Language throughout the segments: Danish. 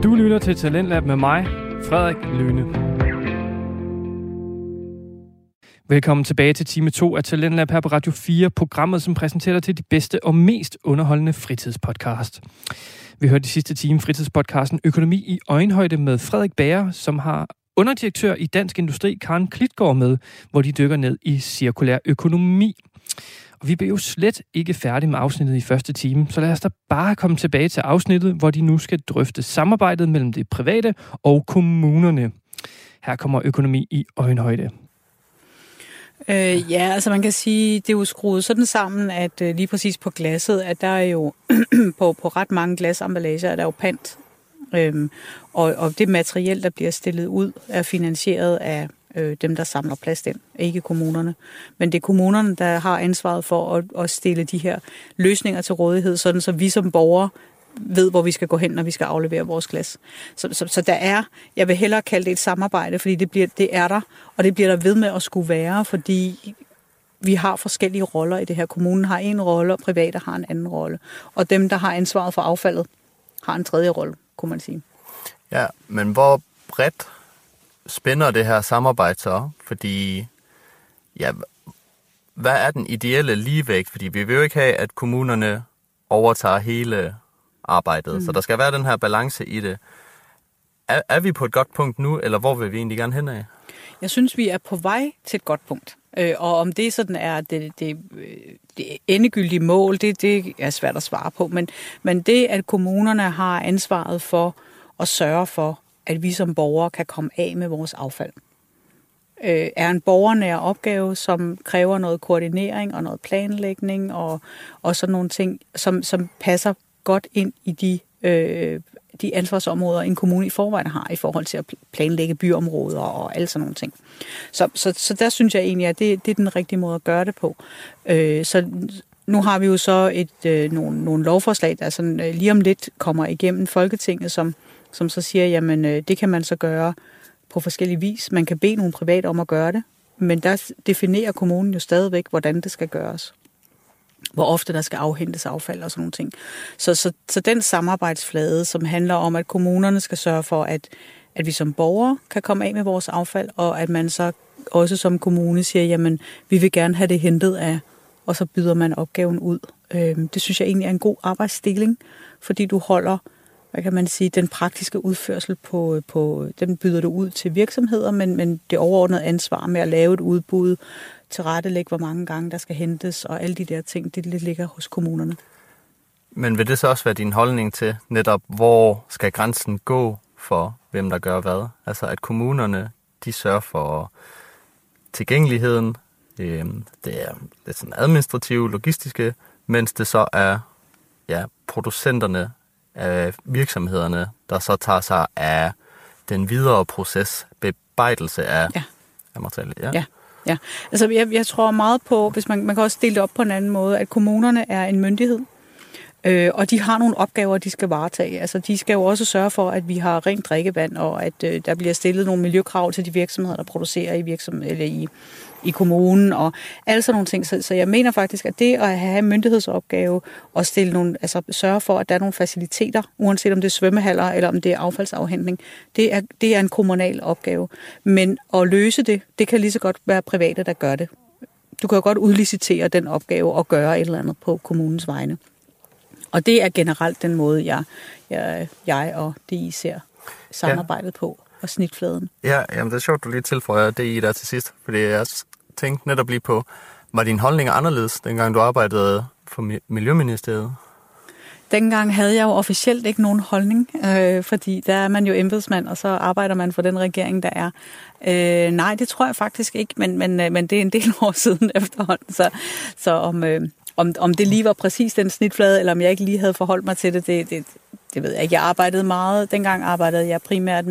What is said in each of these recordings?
Du lytter til Talentlab med mig, Frederik Lyne. Velkommen tilbage til time 2 af Talentlab her på Radio 4, programmet, som præsenterer dig til de bedste og mest underholdende fritidspodcast. Vi hørte i sidste time fritidspodcasten Økonomi i øjenhøjde med Frederik Bager, som har underdirektør i Dansk Industri, Karen Klitgaard, med, hvor de dykker ned i cirkulær økonomi. Og vi blev jo slet ikke færdige med afsnittet i første time, så lad os da bare komme tilbage til afsnittet, hvor de nu skal drøfte samarbejdet mellem det private og kommunerne. Her kommer Økonomi i øjenhøjde. Ja, altså man kan sige, det er jo skruet sådan sammen, at lige præcis på glasset, at der er jo på ret mange glasemballager, er der jo pant. Og det materiel, der bliver stillet ud, er finansieret af dem, der samler plast ind, ikke kommunerne. Men det er kommunerne, der har ansvaret for at stille de her løsninger til rådighed, sådan så vi som borgere ved, hvor vi skal gå hen, når vi skal aflevere vores glas. Så der er, jeg vil hellere kalde det et samarbejde, fordi det er der, og det bliver der ved med at skulle være, fordi vi har forskellige roller i det her. Kommunen har en rolle, og private har en anden rolle. Og dem, der har ansvaret for affaldet, har en tredje rolle, kunne man sige. Ja, men hvor bredt spænder det her samarbejde så? Fordi, ja, hvad er den ideelle ligevægt? Fordi vi vil jo ikke have, at kommunerne overtager hele arbejdet. Så der skal være den her balance i det. Er vi på et godt punkt nu, eller hvor vil vi egentlig gerne hen af? Jeg synes, vi er på vej til et godt punkt. Og om det sådan er det endegyldige mål, det er svært at svare på. Men det, at kommunerne har ansvaret for at sørge for, at vi som borgere kan komme af med vores affald, er en borgernær opgave, som kræver noget koordinering og noget planlægning og sådan nogle ting, som passer godt ind i de ansvarsområder, en kommune i forvejen har i forhold til at planlægge byområder og alle sådan nogle ting. Så der synes jeg egentlig, at det er den rigtige måde at gøre det på. Så nu har vi jo så nogle lovforslag, der sådan, lige om lidt kommer igennem Folketinget, som så siger, jamen det kan man så gøre på forskellige vis. Man kan bede nogle private om at gøre det, men der definerer kommunen jo stadigvæk, hvordan det skal gøres. Hvor ofte der skal afhentes affald og sådan nogle ting. Så den samarbejdsflade, som handler om, at kommunerne skal sørge for, at vi som borgere kan komme af med vores affald, og at man så også som kommune siger, jamen vi vil gerne have det hentet af, og så byder man opgaven ud. Det synes jeg egentlig er en god arbejdsdeling, fordi du holder, hvad kan man sige, den praktiske udførsel på den byder du ud til virksomheder, men det overordnede ansvar med at lave et udbud, tilrettelægge, hvor mange gange der skal hentes, og alle de der ting, det ligger hos kommunerne. Men vil det så også være din holdning til netop, hvor skal grænsen gå for, hvem der gør hvad? Altså at kommunerne, de sørger for tilgængeligheden, det er lidt sådan administrative, logistiske, mens det så er producenterne af virksomhederne, der så tager sig af den videre proces, bearbejdelse af materialet. Ja, altså jeg tror meget på, hvis man kan også dele det op på en anden måde, at kommunerne er en myndighed, og de har nogle opgaver, de skal varetage. Altså de skal jo også sørge for, at vi har rent drikkevand, og at der bliver stillet nogle miljøkrav til de virksomheder, der producerer i kommunen, og alle sådan nogle ting. Så jeg mener faktisk, at det at have en myndighedsopgave og stille nogle, altså sørge for, at der er nogle faciliteter, uanset om det er svømmehaller eller om det er affaldsafhentning, det er en kommunal opgave. Men at løse det kan lige så godt være private, der gør det. Du kan jo godt udlicitere den opgave og gøre et eller andet på kommunens vegne. Og det er generelt den måde, jeg og DI ser samarbejdet på og snitfladen. Ja, jamen det er sjovt, du lige tilføjer DI der til sidst, fordi jeg tænkte netop lige på, var din holdning anderledes, dengang du arbejdede for Miljøministeriet? Dengang havde jeg jo officielt ikke nogen holdning, fordi der er man jo embedsmand, og så arbejder man for den regering, der er. Nej, det tror jeg faktisk ikke, men det er en del år siden efterhånden, så om det lige var præcis den snitflade, eller om jeg ikke lige havde forholdt mig til det, det ved jeg ikke. Jeg arbejdede meget, dengang arbejdede jeg primært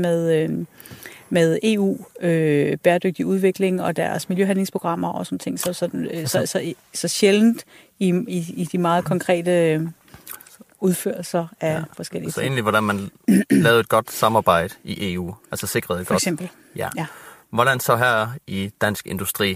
med EU, bæredygtig udvikling og deres miljøhandlingsprogrammer og sådan ting, så sjældent i de meget konkrete udførelser af forskellige ting. Så egentlig, hvordan man lavede et godt samarbejde i EU, altså sikrede et for eksempel. Ja. Hvordan så her i Dansk Industri,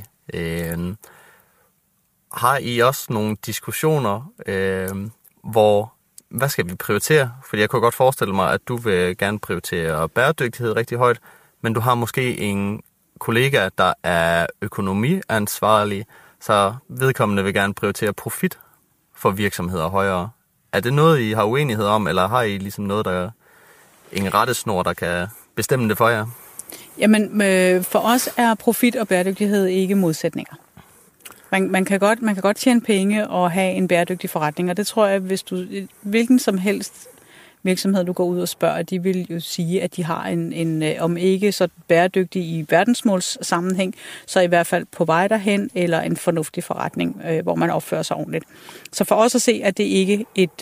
har I også nogle diskussioner, hvor hvad skal vi prioritere? Fordi jeg kunne godt forestille mig, at du vil gerne prioritere bæredygtighed rigtig højt, men du har måske en kollega, der er økonomiansvarlig, så vedkommende vil gerne prioritere profit for virksomheder højere. Er det noget, I har uenighed om, eller har I ligesom noget, der en rettesnor, der kan bestemme det for jer? Jamen, for os er profit og bæredygtighed ikke modsætninger. Man kan godt tjene penge og have en bæredygtig forretning, og det tror jeg, hvis du hvilken som helst virksomhed, du går ud og spørger, de vil jo sige, at de har en om ikke så bæredygtig i verdensmålssammenhæng, så i hvert fald på vej derhen, eller en fornuftig forretning, hvor man opfører sig ordentligt. Så for os at se, at det ikke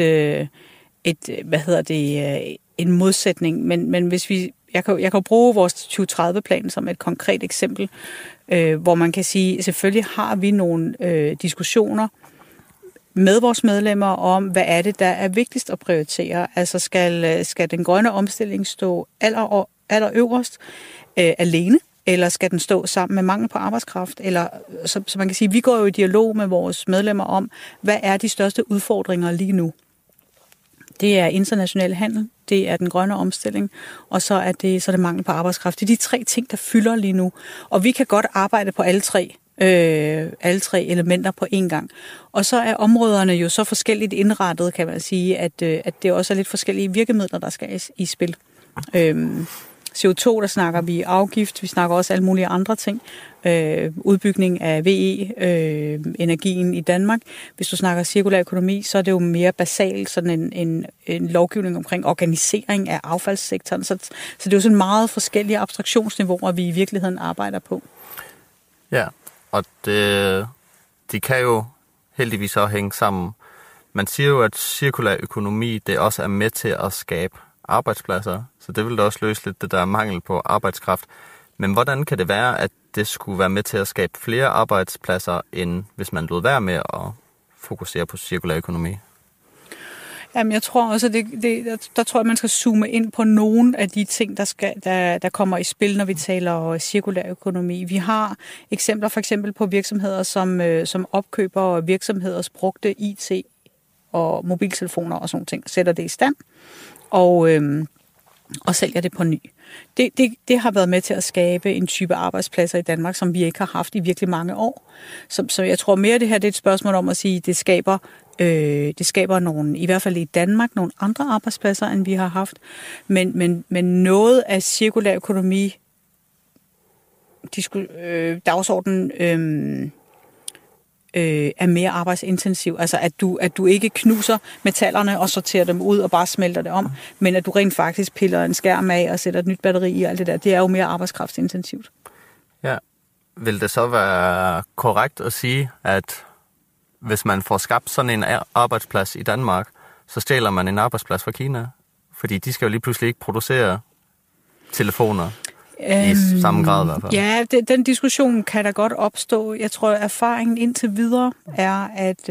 en modsætning, men hvis vi jeg kan bruge vores 2030-plan som et konkret eksempel, hvor man kan sige, selvfølgelig har vi nogle diskussioner med vores medlemmer om, hvad er det, der er vigtigst at prioritere. Altså skal den grønne omstilling stå allerøverst alene, eller skal den stå sammen med mangel på arbejdskraft? Eller, så man kan sige, vi går jo i dialog med vores medlemmer om, hvad er de største udfordringer lige nu? Det er international handel, det er den grønne omstilling, og så er det mangel på arbejdskraft. Det er de 3 ting, der fylder lige nu. Og vi kan godt arbejde på alle tre elementer på én gang. Og så er områderne jo så forskelligt indrettet, kan man sige, at det også er lidt forskellige virkemidler, der skal i spil. CO2, der snakker vi afgift, vi snakker også alle mulige andre ting. Udbygning af VE-energien i Danmark. Hvis du snakker cirkulær økonomi, så er det jo mere basalt sådan en lovgivning omkring organisering af affaldssektoren. Så det er jo sådan meget forskellige abstraktionsniveauer, vi i virkeligheden arbejder på. Ja, og de kan jo heldigvis også hænge sammen. Man siger jo, at cirkulær økonomi, det også er med til at skabe arbejdspladser, så det vil da også løse lidt det der mangel på arbejdskraft. Men hvordan kan det være, at det skulle være med til at skabe flere arbejdspladser, end hvis man lod være med at fokusere på cirkulær økonomi? Jamen, jeg tror også, der tror jeg, man skal zoome ind på nogle af de ting, der kommer i spil, når vi taler cirkulær økonomi. Vi har eksempler for eksempel på virksomheder, som opkøber virksomheders brugte IT og mobiltelefoner og sådan ting, sætter det i stand og sælger det på ny. Det har været med til at skabe en type arbejdspladser i Danmark, som vi ikke har haft i virkelig mange år. Så jeg tror mere, det her det er et spørgsmål om at sige, det skaber nogle, i hvert fald i Danmark, nogle andre arbejdspladser, end vi har haft. Men noget af cirkulær økonomi, dagsordenen er mere arbejdsintensiv. Altså at du ikke knuser metallerne og sorterer dem ud og bare smelter det om, men at du rent faktisk piller en skærm af og sætter et nyt batteri i og alt det der. Det er jo mere arbejdskraftsintensivt. Ja. Vil det så være korrekt at sige, at hvis man får skabt sådan en arbejdsplads i Danmark, så stjæler man en arbejdsplads fra Kina? Fordi de skal jo lige pludselig ikke producere telefoner. I samme grad i hvert fald. Ja, den diskussion kan da godt opstå. Jeg tror, at erfaringen indtil videre er,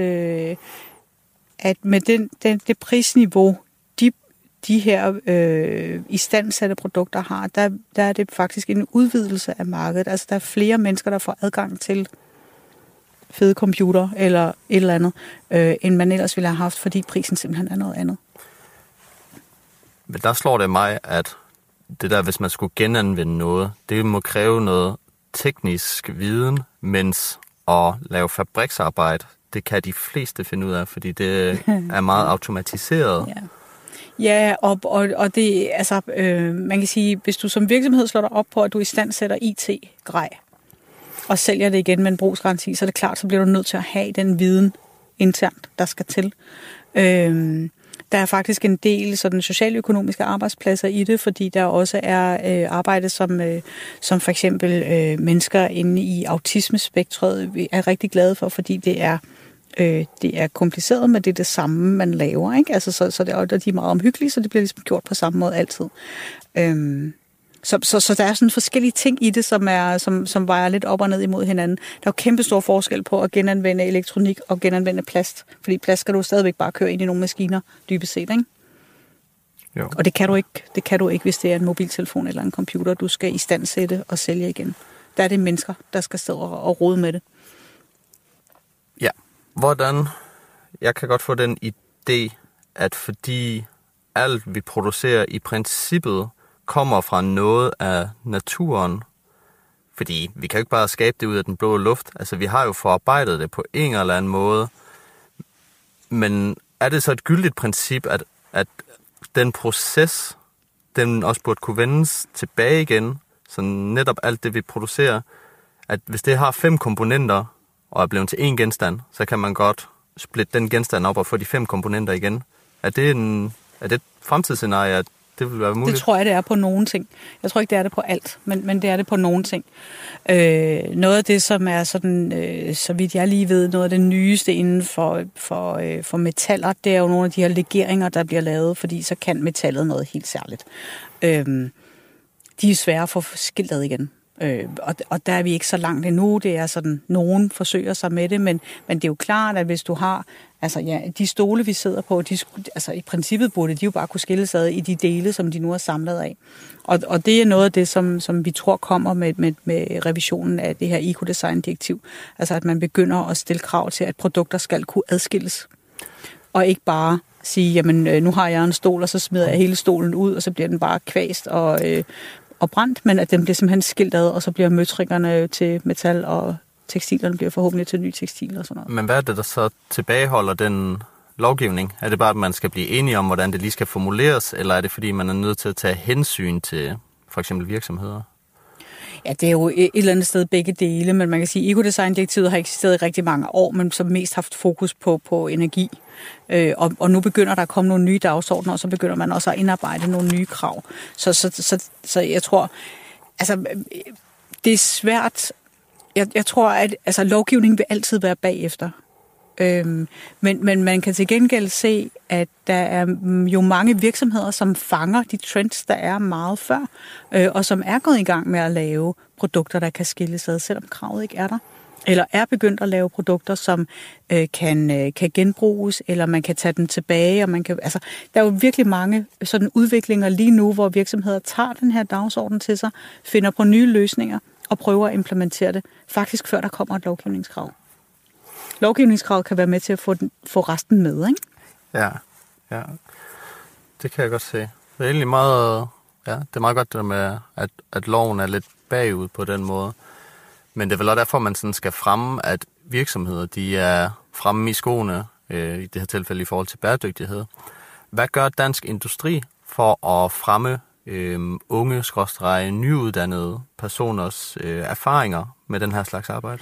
at med det prisniveau, de her istandsatte produkter har, der er det faktisk en udvidelse af markedet. Altså, der er flere mennesker, der får adgang til fede computer eller et eller andet, end man ellers ville have haft, fordi prisen simpelthen er noget andet. Men der slår det mig, at det der, hvis man skulle genanvende noget, det må kræve noget teknisk viden, mens at lave fabriksarbejde, det kan de fleste finde ud af, fordi det er meget automatiseret. Ja, og det, altså, man kan sige, hvis du som virksomhed slår dig op på, at du i stand sætter IT-grej, og sælger det igen med en brugsgaranti, så er det klart, så bliver du nødt til at have den viden internt, der skal til. Der er faktisk en del sådan socialøkonomiske arbejdspladser i det, fordi der også er arbejde, som for eksempel mennesker inde i autismespektret er rigtig glade for, fordi det er kompliceret, men det er det samme, man laver. Ikke? Altså, så de er meget omhyggelige, så det bliver ligesom gjort på samme måde altid. Så der er sådan forskellige ting i det, som vejer lidt op og ned imod hinanden. Der er jo kæmpe stor forskel på at genanvende elektronik og genanvende plast. Fordi plast skal du stadigvæk bare køre ind i nogle maskiner, dybest set, ikke? Jo. Og det kan du ikke, hvis det er en mobiltelefon eller en computer, du skal istandsætte og sælge igen. Der er det mennesker, der skal stå og rode med det. Ja. Jeg kan godt få den idé, at fordi alt vi producerer i princippet kommer fra noget af naturen, fordi vi kan jo ikke bare skabe det ud af den blå luft. Altså, vi har jo forarbejdet det på en eller anden måde. Men er det så et gyldigt princip, at den proces, den også burde kunne vendes tilbage igen, så netop alt det, vi producerer, at hvis det har 5 komponenter og er blevet til én genstand, så kan man godt splitte den genstand op og få de 5 komponenter igen. Er det et fremtidsscenarie, at det vil være muligt? Det tror jeg, det er på nogle ting. Jeg tror ikke, det er det på alt, men det er det på nogle ting. Noget af det, som er sådan, så vidt jeg lige ved, noget af det nyeste inden for metaller, det er jo nogle af de her legeringer, der bliver lavet, fordi så kan metallet noget helt særligt. De er svære at få skilt ad igen. Og der er vi ikke så langt endnu. Det er sådan, nogen forsøger sig med det, men det er jo klart, at hvis du har, altså ja, de stole, vi sidder på, altså i princippet burde de jo bare kunne skilles ad i de dele, som de nu har samlet af. Og det er noget af det, som vi tror kommer med revisionen af det her ecodesign-direktiv. Altså at man begynder at stille krav til, at produkter skal kunne adskilles. Og ikke bare sige, jamen nu har jeg en stol, og så smider jeg hele stolen ud, og så bliver den bare kvæst og brændt, men at den bliver simpelthen skilt ad, og så bliver møtrikkerne til metal, og tekstilerne bliver forhåbentlig til ny tekstil og sådan noget. Men hvad er det, der så tilbageholder den lovgivning? Er det bare, at man skal blive enige om, hvordan det lige skal formuleres, eller er det, fordi man er nødt til at tage hensyn til for eksempel virksomheder? Ja, det er jo et eller andet sted begge dele, men man kan sige, at ecodesign-direktivet har eksisteret i rigtig mange år, men som mest haft fokus på energi. Og nu begynder der at komme nogle nye dagsordner, og så begynder man også at indarbejde nogle nye krav. Så jeg tror, altså det er svært. Jeg tror, at altså, lovgivningen vil altid være bagefter. Men man kan til gengæld se, at der er jo mange virksomheder, som fanger de trends, der er meget før, og som er gået i gang med at lave produkter, der kan skilles ad, selvom kravet ikke er der. Eller er begyndt at lave produkter, som kan genbruges, eller man kan tage dem tilbage. Og man kan, altså, der er jo virkelig mange sådan udviklinger lige nu, hvor virksomheder tager den her dagsorden til sig, finder på nye løsninger og prøver at implementere det, faktisk før der kommer et lovgivningskrav. Lovgivningskravet kan være med til at få resten med, ikke? Ja. Det kan jeg godt se. Det er egentlig meget, det er meget godt det med, at loven er lidt bagud på den måde. Men det er vel også derfor, man sådan skal fremme, at virksomheder, de er fremme i skoene, i det her tilfælde i forhold til bæredygtighed. Hvad gør dansk industri for at fremme unge, nyuddannede personers erfaringer med den her slags arbejde?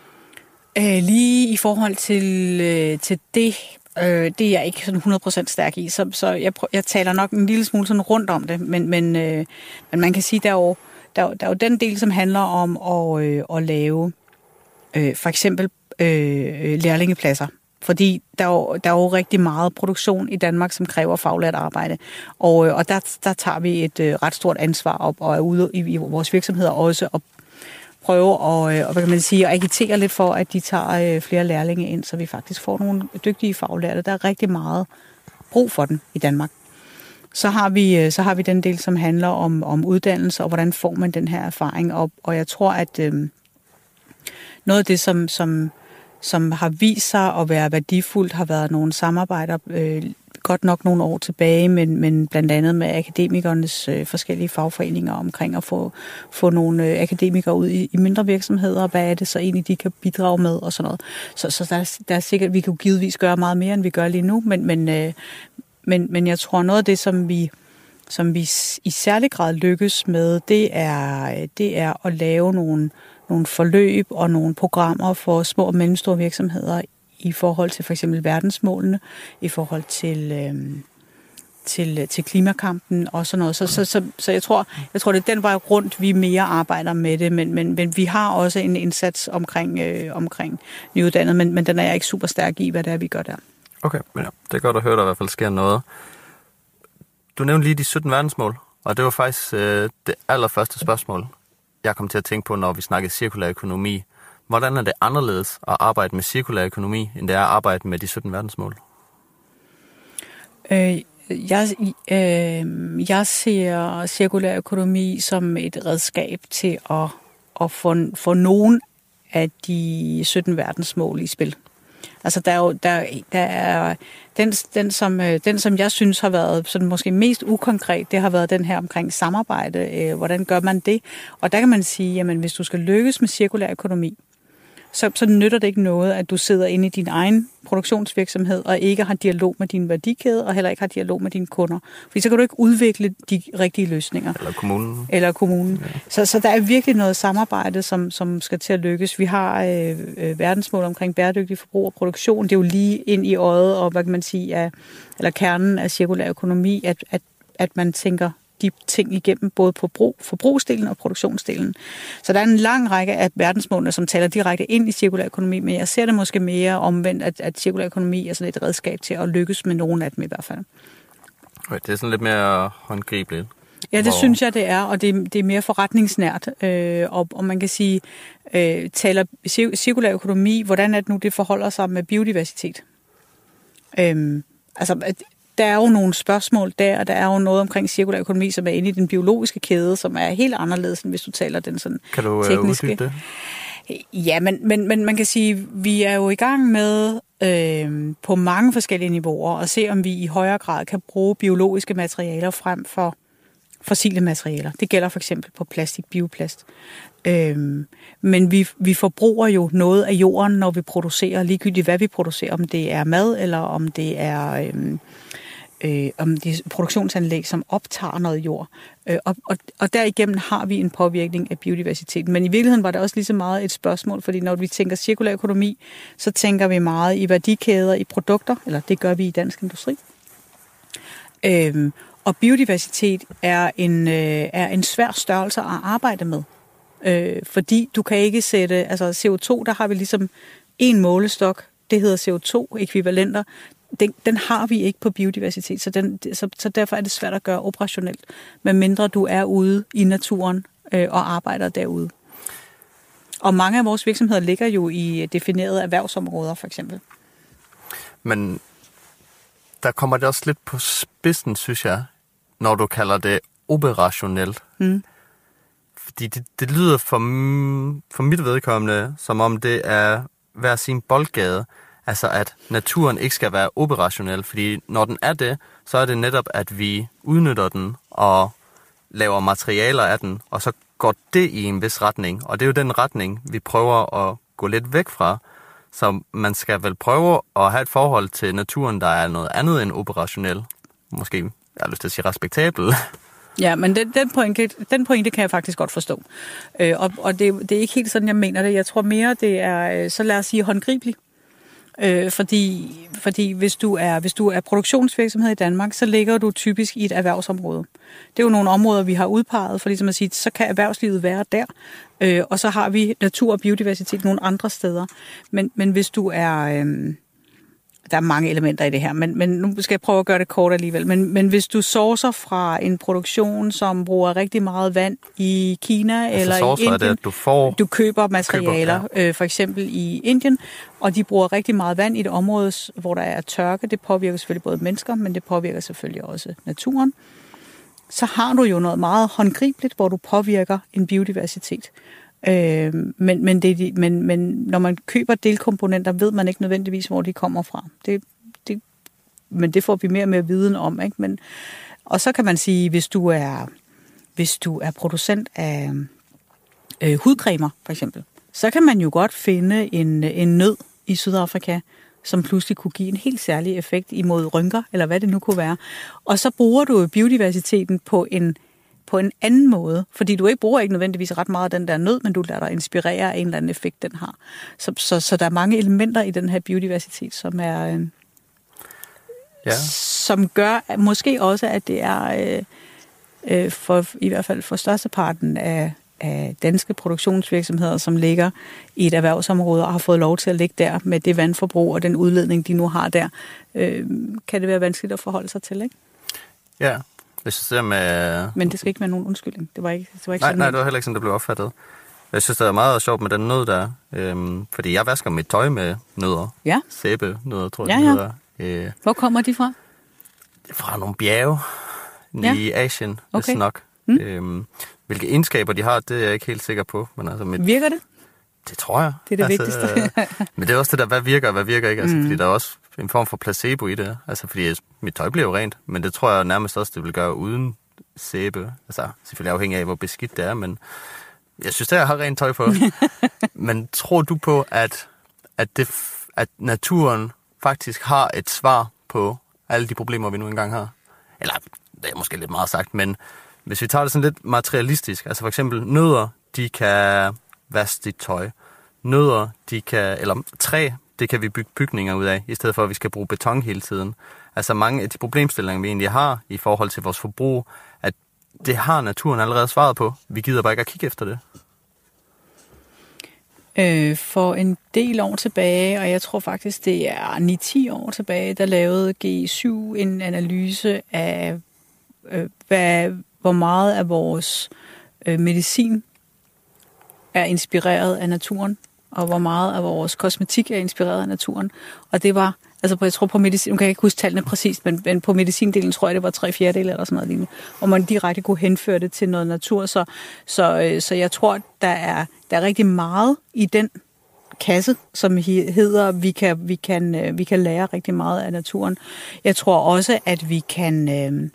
Lige i forhold til det, det er jeg ikke sådan 100% stærk i, så jeg taler nok en lille smule sådan rundt om det, men man kan sige, der er jo den del, som handler om at lave for eksempel lærlingepladser. Fordi der er jo rigtig meget produktion i Danmark, som kræver faglært arbejde. Og der tager vi et ret stort ansvar op, og er ude i vores virksomheder også og prøve og hvad kan man sige, at agitere lidt for, at de tager flere lærlinge ind, så vi faktisk får nogle dygtige faglærte. Der er rigtig meget brug for den i Danmark. Så har vi den del, som handler om uddannelse, og hvordan får man den her erfaring. Og jeg tror, at noget af det, som har vist sig at være værdifuldt, har været nogle samarbejder, godt nok nogle år tilbage, men blandt andet med akademikernes forskellige fagforeninger omkring at få nogle akademikere ud i mindre virksomheder, hvad er det så egentlig, de kan bidrage med og sådan noget. Så der er sikkert, vi kan givetvis gøre meget mere, end vi gør lige nu, men jeg tror, noget af det, som vi i særlig grad lykkes med, det er at lave nogle forløb og nogle programmer for små og mellemstore virksomheder i forhold til for eksempel verdensmålene, i forhold til klimakampen og sådan noget. Så jeg tror, det er den vej rundt, vi mere arbejder med det, men vi har også en indsats omkring nyuddannet, men den er jeg ikke super stærk i, hvad det er, vi gør der. Okay, men ja, det er godt at høre, der i hvert fald sker noget. Du nævnte lige de 17 verdensmål, og det var faktisk det allerførste spørgsmål, jeg kom til at tænke på, når vi snakkede cirkulær økonomi. Hvordan er det anderledes at arbejde med cirkulær økonomi, end det er at arbejde med de 17 verdensmål? Jeg ser cirkulær økonomi som et redskab til at få nogen af de 17 verdensmål i spil. Altså der er den som jeg synes har været sådan måske mest ukonkret, det har været den her omkring samarbejde. Hvordan gør man det? Og der kan man sige, jamen hvis du skal lykkes med cirkulær økonomi, så nytter det ikke noget, at du sidder inde i din egen produktionsvirksomhed og ikke har dialog med din værdikæde og heller ikke har dialog med dine kunder. Fordi så kan du ikke udvikle de rigtige løsninger. Eller kommunen. Ja. Så der er virkelig noget samarbejde, som skal til at lykkes. Vi har verdensmål omkring bæredygtig forbrug og produktion. Det er jo lige ind i øjet og hvad kan man sige, eller kernen af cirkulær økonomi, at man tænker de ting igennem, både på forbrugsdelen og produktionsdelen. Så der er en lang række af verdensmålene, som taler direkte ind i cirkulær økonomi, men jeg ser det måske mere omvendt, at cirkulær økonomi er sådan et redskab til at lykkes med nogen af dem i hvert fald. Okay, det er sådan lidt mere håndgribeligt. Ja, det synes jeg, det er, og det er mere forretningsnært. Og man kan sige, taler cirkulær økonomi, hvordan er det nu, det forholder sig med biodiversitet? Der er jo nogle spørgsmål der, og der er jo noget omkring cirkulær økonomi, som er inde i den biologiske kæde, som er helt anderledes, end hvis du taler den sådan tekniske. Kan du uddybe det? Ja, men man kan sige, vi er jo i gang med på mange forskellige niveauer at se, om vi i højere grad kan bruge biologiske materialer frem for fossile materialer. Det gælder for eksempel på plastik, bioplast. Men vi forbruger jo noget af jorden, når vi producerer, ligegyldigt hvad vi producerer, om det er mad, eller om det er produktionsanlæg, som optager noget jord. Og derigennem har vi en påvirkning af biodiversiteten. Men i virkeligheden var det også lige så meget et spørgsmål, fordi når vi tænker cirkulær økonomi, så tænker vi meget i værdikæder, i produkter, eller det gør vi i Dansk Industri. Og biodiversitet er en svær størrelse at arbejde med. Fordi du kan ikke sætte, altså CO2, der har vi ligesom en målestok, det hedder CO2-ekvivalenter, den har vi ikke på biodiversitet, så derfor er det svært at gøre operationelt, medmindre du er ude i naturen og arbejder derude. Og mange af vores virksomheder ligger jo i definerede erhvervsområder, for eksempel. Men der kommer det også lidt på spidsen, synes jeg, når du kalder det operationelt. Fordi det lyder for mit vedkommende, som om det er hver sin boldgade. Altså at naturen ikke skal være operationel, fordi når den er det, så er det netop, at vi udnytter den og laver materialer af den, og så går det i en vis retning. Og det er jo den retning, vi prøver at gå lidt væk fra. Så man skal vel prøve at have et forhold til naturen, der er noget andet end operationel. Måske, jeg har lyst til at sige respektabel. Ja, men den pointe kan jeg faktisk godt forstå. Og det er ikke helt sådan, jeg mener det. Jeg tror mere, det er, så lad os sige, håndgribeligt. Fordi hvis du er produktionsvirksomhed i Danmark, så ligger du typisk i et erhvervsområde. Det er jo nogle områder, vi har udpeget, for ligesom at sige, så kan erhvervslivet være der, og så har vi natur og biodiversitet nogle andre steder. Men hvis du er... Der er mange elementer i det her, men nu skal jeg prøve at gøre det kort alligevel. Men hvis du sourcer fra en produktion, som bruger rigtig meget vand i Kina eller i Indien, det, at du køber materialer, for eksempel i Indien, og de bruger rigtig meget vand i et område, hvor der er tørke. Det påvirker selvfølgelig både mennesker, men det påvirker selvfølgelig også naturen. Så har du jo noget meget håndgribeligt, hvor du påvirker en biodiversitet. Men når man køber delkomponenter, ved man ikke nødvendigvis, hvor de kommer fra. Men det får vi mere og mere viden om, ikke? Og så kan man sige, hvis du er producent af hudcremer, for eksempel, så kan man jo godt finde en nød i Sydafrika, som pludselig kunne give en helt særlig effekt imod rynker, eller hvad det nu kunne være. Og så bruger du biodiversiteten på en anden måde, fordi du bruger ikke nødvendigvis ret meget af den der nød, men du lader dig inspirere af en eller anden effekt, den har. Så der er mange elementer i den her biodiversitet, som er som gør måske også, at det er i hvert fald for størsteparten af danske produktionsvirksomheder, som ligger i et erhvervsområde og har fået lov til at ligge der med det vandforbrug og den udledning, de nu har der, kan det være vanskeligt at forholde sig til, ikke? Ja. Men det skal ikke være nogen undskyldning. Det var ikke nej, sådan. Nej, det var heller ikke sådan, det blev opfattet. Jeg synes, det er meget sjovt med den nød der. Fordi jeg vasker mit tøj med nødder. Ja. Sæbenødder, tror jeg, det hedder. Hvor kommer de fra? Fra nogle bjerge i Asien, hvis nok. Hvilke egenskaber de har, det er jeg ikke helt sikker på. Men altså virker det? Det tror jeg. Det er det vigtigste. Men det er også det der, hvad virker og hvad virker ikke. Altså, fordi der er også en form for placebo i det. Altså, fordi mit tøj bliver jo rent, men det tror jeg nærmest også, det vil gøre uden sæbe. Altså, selvfølgelig afhængig af, hvor beskidt det er, men jeg synes, at jeg har rent tøj på. Men tror du på, at naturen faktisk har et svar på alle de problemer, vi nu engang har? Eller, det er måske lidt meget sagt, men hvis vi tager det sådan lidt materialistisk, altså for eksempel nødder, de kan vaske dit tøj. Nødder, eller træ, det kan vi bygge bygninger ud af, i stedet for, at vi skal bruge beton hele tiden. Altså mange af de problemstillinger, vi egentlig har i forhold til vores forbrug, at det har naturen allerede svaret på. Vi gider bare ikke at kigge efter det. For en del år tilbage, og jeg tror faktisk, det er 9-10 år tilbage, der lavede G7 en analyse af, hvor meget af vores medicin er inspireret af naturen, og hvor meget af vores kosmetik er inspireret af naturen. Og det var, altså jeg tror på medicin, nu kan jeg ikke huske tallene præcist, men på medicindelen tror jeg, det var 3/4 eller sådan noget lignende. Og man direkte kunne henføre det til noget natur. Så jeg tror, der er rigtig meget i den kasse, som hedder, vi kan lære rigtig meget af naturen. Jeg tror også, at vi kan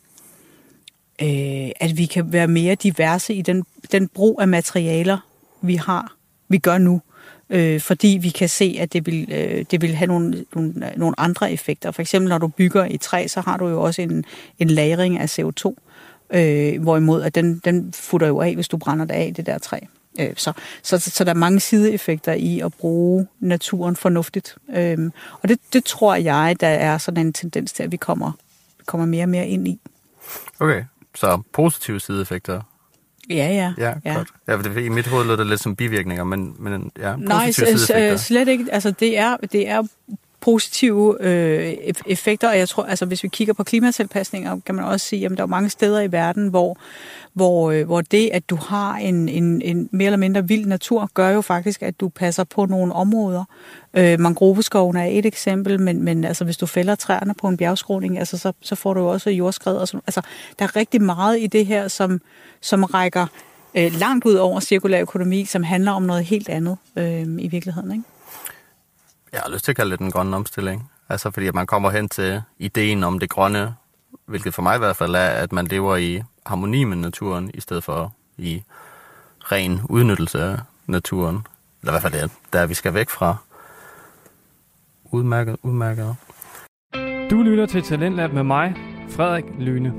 være mere diverse i den brug af materialer, vi gør nu. Fordi vi kan se, at det vil have nogle andre effekter. For eksempel, når du bygger i træ, så har du jo også en lagring af CO2, hvorimod at den futter jo af, hvis du brænder det af, det der træ. Så der er mange sideeffekter i at bruge naturen fornuftigt. Og det tror jeg, der er sådan en tendens til, at vi kommer mere og mere ind i. Okay, så positive sideeffekter. Ja, godt. Ja, i mit hoved lød det lidt som bivirkninger, men ja, positive nej, sideeffekter. Slet ikke. Altså, det er positive effekter, og jeg tror, altså hvis vi kigger på klimatilpasninger, kan man også sige, at der er mange steder i verden, hvor det, at du har en mere eller mindre vild natur, gør jo faktisk, at du passer på nogle områder. Mangroveskoven er et eksempel, men altså, hvis du fælder træerne på en bjergskråning, altså, så får du jo også jordskred. Og sådan. Altså, der er rigtig meget i det her, som rækker langt ud over cirkulær økonomi, som handler om noget helt andet i virkeligheden, ikke? Jeg har lyst til at kalde det den grønne omstilling. Altså fordi man kommer hen til ideen om det grønne, hvilket for mig i hvert fald er, at man lever i harmoni med naturen, i stedet for i ren udnyttelse af naturen. Eller i hvert fald det er der, vi skal væk fra. Udmærket. Du lytter til Talentlab med mig, Frederik Lyne.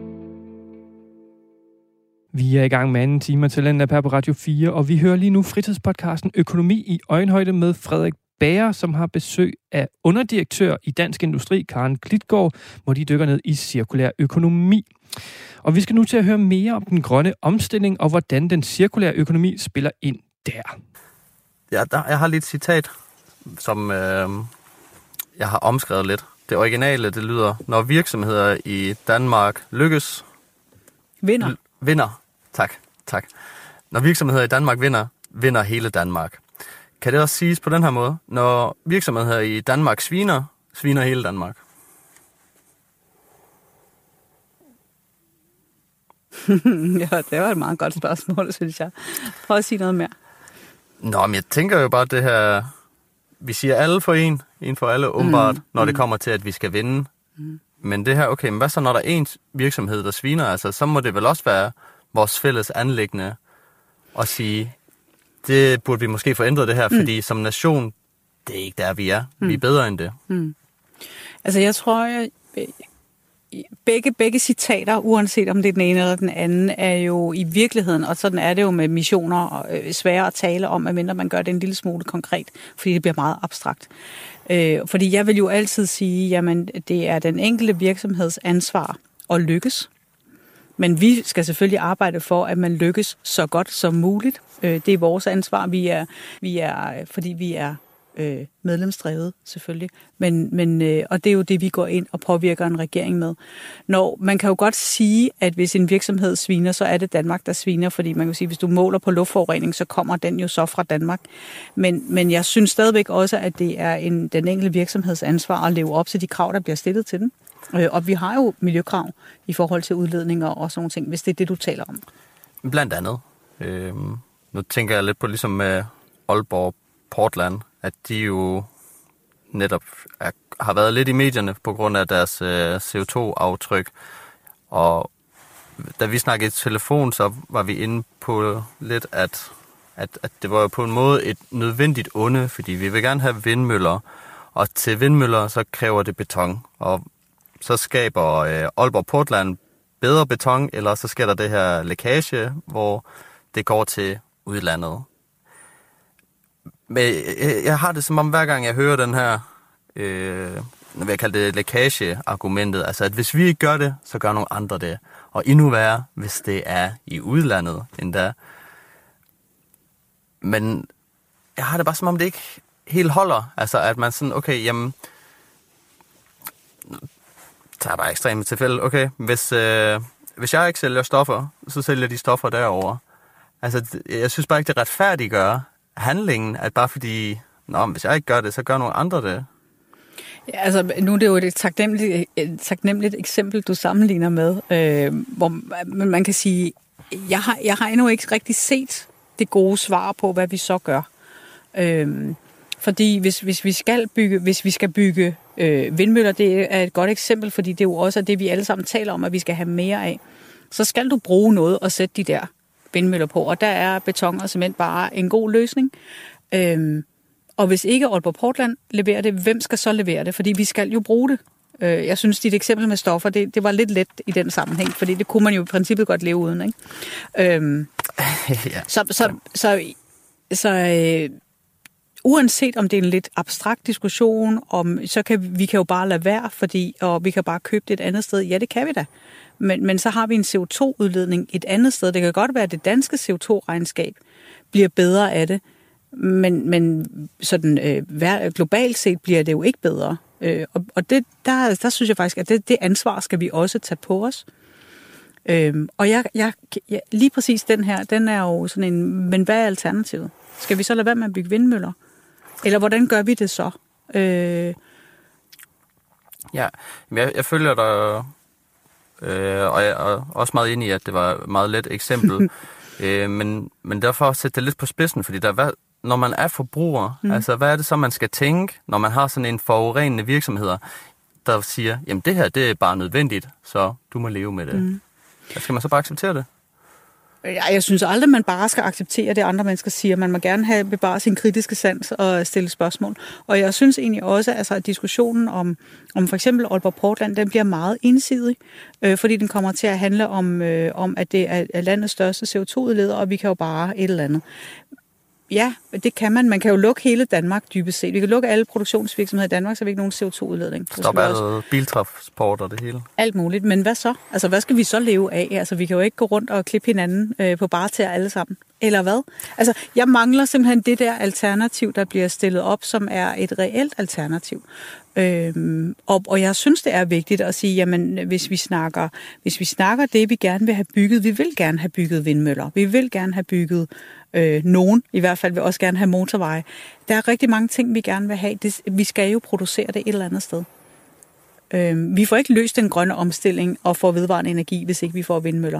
Vi er i gang med anden time af Talentlab her på Radio 4, og vi hører lige nu fritidspodcasten Økonomi i øjenhøjde med Frederik Bager, som har besøg af underdirektør i Dansk Industri, Karen Klitgaard, hvor de dykker ned i cirkulær økonomi. Og vi skal nu til at høre mere om den grønne omstilling, og hvordan den cirkulære økonomi spiller ind der. Ja, jeg har lige et citat, som jeg har omskrevet lidt. Det originale, det lyder, når virksomheder i Danmark lykkes... Vinder. Tak. Når virksomheder i Danmark vinder hele Danmark. Kan det også siges på den her måde? Når virksomheder i Danmark sviner hele Danmark? Ja, det var et meget godt spørgsmål, synes jeg. Prøv at sige noget mere. Nå, men jeg tænker jo bare det her... Vi siger alle for en for alle, åbenbart, når det kommer til, at vi skal vinde. Men det her, okay, men hvad så, når der er en virksomhed, der sviner? Altså, så må det vel også være vores fælles anliggende at sige... Det burde vi måske få ændret det her, fordi som nation, det er ikke der, vi er. Vi er bedre end det. Altså, jeg tror, begge citater, uanset om det er den ene eller den anden, er jo i virkeligheden, og sådan er det jo med missioner, svære at tale om, medmindre man gør det en lille smule konkret, fordi det bliver meget abstrakt. Fordi jeg vil jo altid sige, jamen, det er den enkelte virksomheds ansvar at lykkes. Men vi skal selvfølgelig arbejde for, at man lykkes så godt som muligt. Det er vores ansvar. Fordi vi er medlemsdrevet, selvfølgelig. Og det er jo det, vi går ind og påvirker en regering med. Man kan jo godt sige, at hvis en virksomhed sviner, så er det Danmark, der sviner, fordi man kan sige, hvis du måler på luftforurening, så kommer den jo så fra Danmark. Men jeg synes stadigvæk også, at det er den enkelte virksomheds ansvar at leve op til de krav, der bliver stillet til den. Og vi har jo miljøkrav i forhold til udledninger og sådan nogle ting, hvis det er det, du taler om. Blandt andet. Nu tænker jeg lidt på ligesom Aalborg Portland, at de jo netop har været lidt i medierne på grund af deres CO2-aftryk. Og da vi snakkede i telefon, så var vi inde på lidt, at det var på en måde et nødvendigt onde, fordi vi vil gerne have vindmøller, og til vindmøller så kræver det beton. Og så skaber Aalborg Portland bedre beton, eller så sker der det her lækage, hvor det går til udlandet. Men jeg har det som om, hver gang jeg hører den her, hvad jeg kalder det lækage-argumentet, altså at hvis vi ikke gør det, så gør nogle andre det. Og endnu værre, hvis det er i udlandet endda. Men jeg har det bare som om, det ikke helt holder. Altså at man sådan, okay, jamen, tager bare ekstremt tilfælde. Okay, hvis jeg ikke sælger stoffer, så sælger de stoffer derovre. Altså, jeg synes bare ikke, det retfærdiggør handlingen, at bare fordi, hvis jeg ikke gør det, så gør nogle andre det. Ja, altså, nu er det jo et taknemmeligt eksempel, du sammenligner med, hvor man kan sige, jeg har endnu ikke rigtig set det gode svar på, hvad vi så gør. Fordi hvis vi skal bygge vindmøller, det er et godt eksempel, fordi det er jo også det, vi alle sammen taler om, at vi skal have mere af. Så skal du bruge noget og sætte de der vindmøller på, og der er beton og cement bare en god løsning. Og hvis ikke Aalborg Portland leverer det, hvem skal så levere det? Fordi vi skal jo bruge det. Jeg synes, dit eksempel med stoffer, det var lidt let i den sammenhæng, fordi det kunne man jo i princippet godt leve uden, ikke? Så uanset om det er en lidt abstrakt diskussion, så kan vi jo bare lade være, og vi kan bare købe det et andet sted. Ja, det kan vi da. Men så har vi en CO2-udledning et andet sted. Det kan godt være, at det danske CO2-regnskab bliver bedre af det, men sådan globalt set bliver det jo ikke bedre. Og der synes jeg faktisk, at det ansvar skal vi også tage på os. Og jeg lige præcis den her, den er jo sådan en, men hvad er alternativet? Skal vi så lade være med at bygge vindmøller? Eller hvordan gør vi det så? Ja, jeg følger dig, og jeg er også meget enig i, at det var et meget let eksempel. Men derfor sætte det lidt på spidsen, fordi når man er forbruger, altså hvad er det så, man skal tænke, når man har sådan en forurenende virksomhed, der siger, jamen det her, det er bare nødvendigt, så du må leve med det. Skal man så bare acceptere det? Jeg synes aldrig, man bare skal acceptere det, andre mennesker siger. Man må gerne bevare sin kritiske sans og stille spørgsmål. Og jeg synes egentlig også, at diskussionen om for eksempel Aalborg Portland, den bliver meget ensidig, fordi den kommer til at handle om at det er landets største CO2-udleder, og vi kan jo bare et eller andet. Ja, det kan man. Man kan jo lukke hele Danmark dybest set. Vi kan lukke alle produktionsvirksomheder i Danmark, så vi ikke nogen CO2-udledning. Stop alt biltransport og det hele. Alt muligt. Men hvad så? Altså, hvad skal vi så leve af? Altså, vi kan jo ikke gå rundt og klippe hinanden på bare til alle sammen. Eller hvad? Altså, jeg mangler simpelthen det der alternativ, der bliver stillet op, som er et reelt alternativ. Og jeg synes, det er vigtigt at sige, jamen, hvis vi snakker det, vi gerne vil have bygget, vi vil gerne have bygget vindmøller. Vi vil gerne have bygget nogen, i hvert fald vil også gerne have motorveje. Der er rigtig mange ting, vi gerne vil have. Vi skal jo producere det et eller andet sted. Vi får ikke løst den grønne omstilling og får vedvarende energi, hvis ikke vi får vindmøller.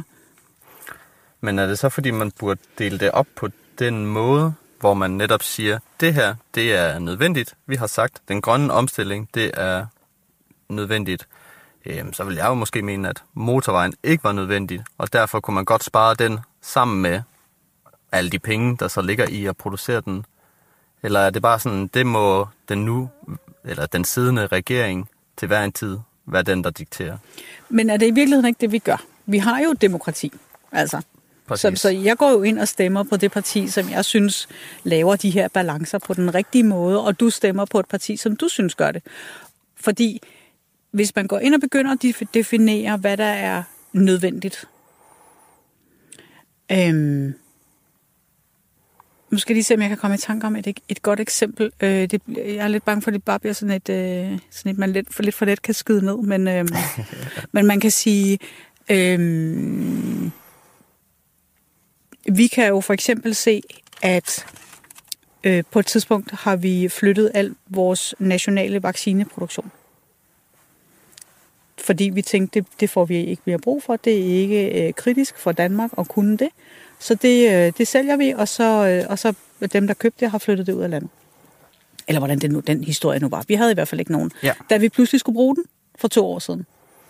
Men er det så, fordi man burde dele det op på den måde, hvor man netop siger, det her, det er nødvendigt. Vi har sagt, den grønne omstilling, det er nødvendigt. Så vil jeg jo måske mene, at motorvejen ikke var nødvendig, og derfor kunne man godt spare den sammen med alle de penge, der så ligger i at producere den. Eller er det bare sådan, det må den siddende regering til hver en tid være den, der dikterer? Men er det i virkeligheden ikke det, vi gør? Vi har jo demokrati, altså. Så jeg går jo ind og stemmer på det parti, som jeg synes laver de her balancer på den rigtige måde, og du stemmer på et parti, som du synes gør det. Fordi hvis man går ind og begynder at definere, hvad der er nødvendigt. Nu skal jeg lige se, om jeg kan komme i tanke om et godt eksempel. Jeg er lidt bange for, at det bare bliver sådan et man lidt for let kan skyde ned. Men man kan sige, vi kan jo for eksempel se, at på et tidspunkt har vi flyttet al vores nationale vaccineproduktion. Fordi vi tænkte, det får vi ikke mere brug for. Det er ikke kritisk for Danmark at kunne det. Så det sælger vi, og så dem, der købte det, har flyttet det ud af landet. Eller hvordan den historie nu var. Vi havde i hvert fald ikke nogen. Ja. Da vi pludselig skulle bruge den for 2 år siden.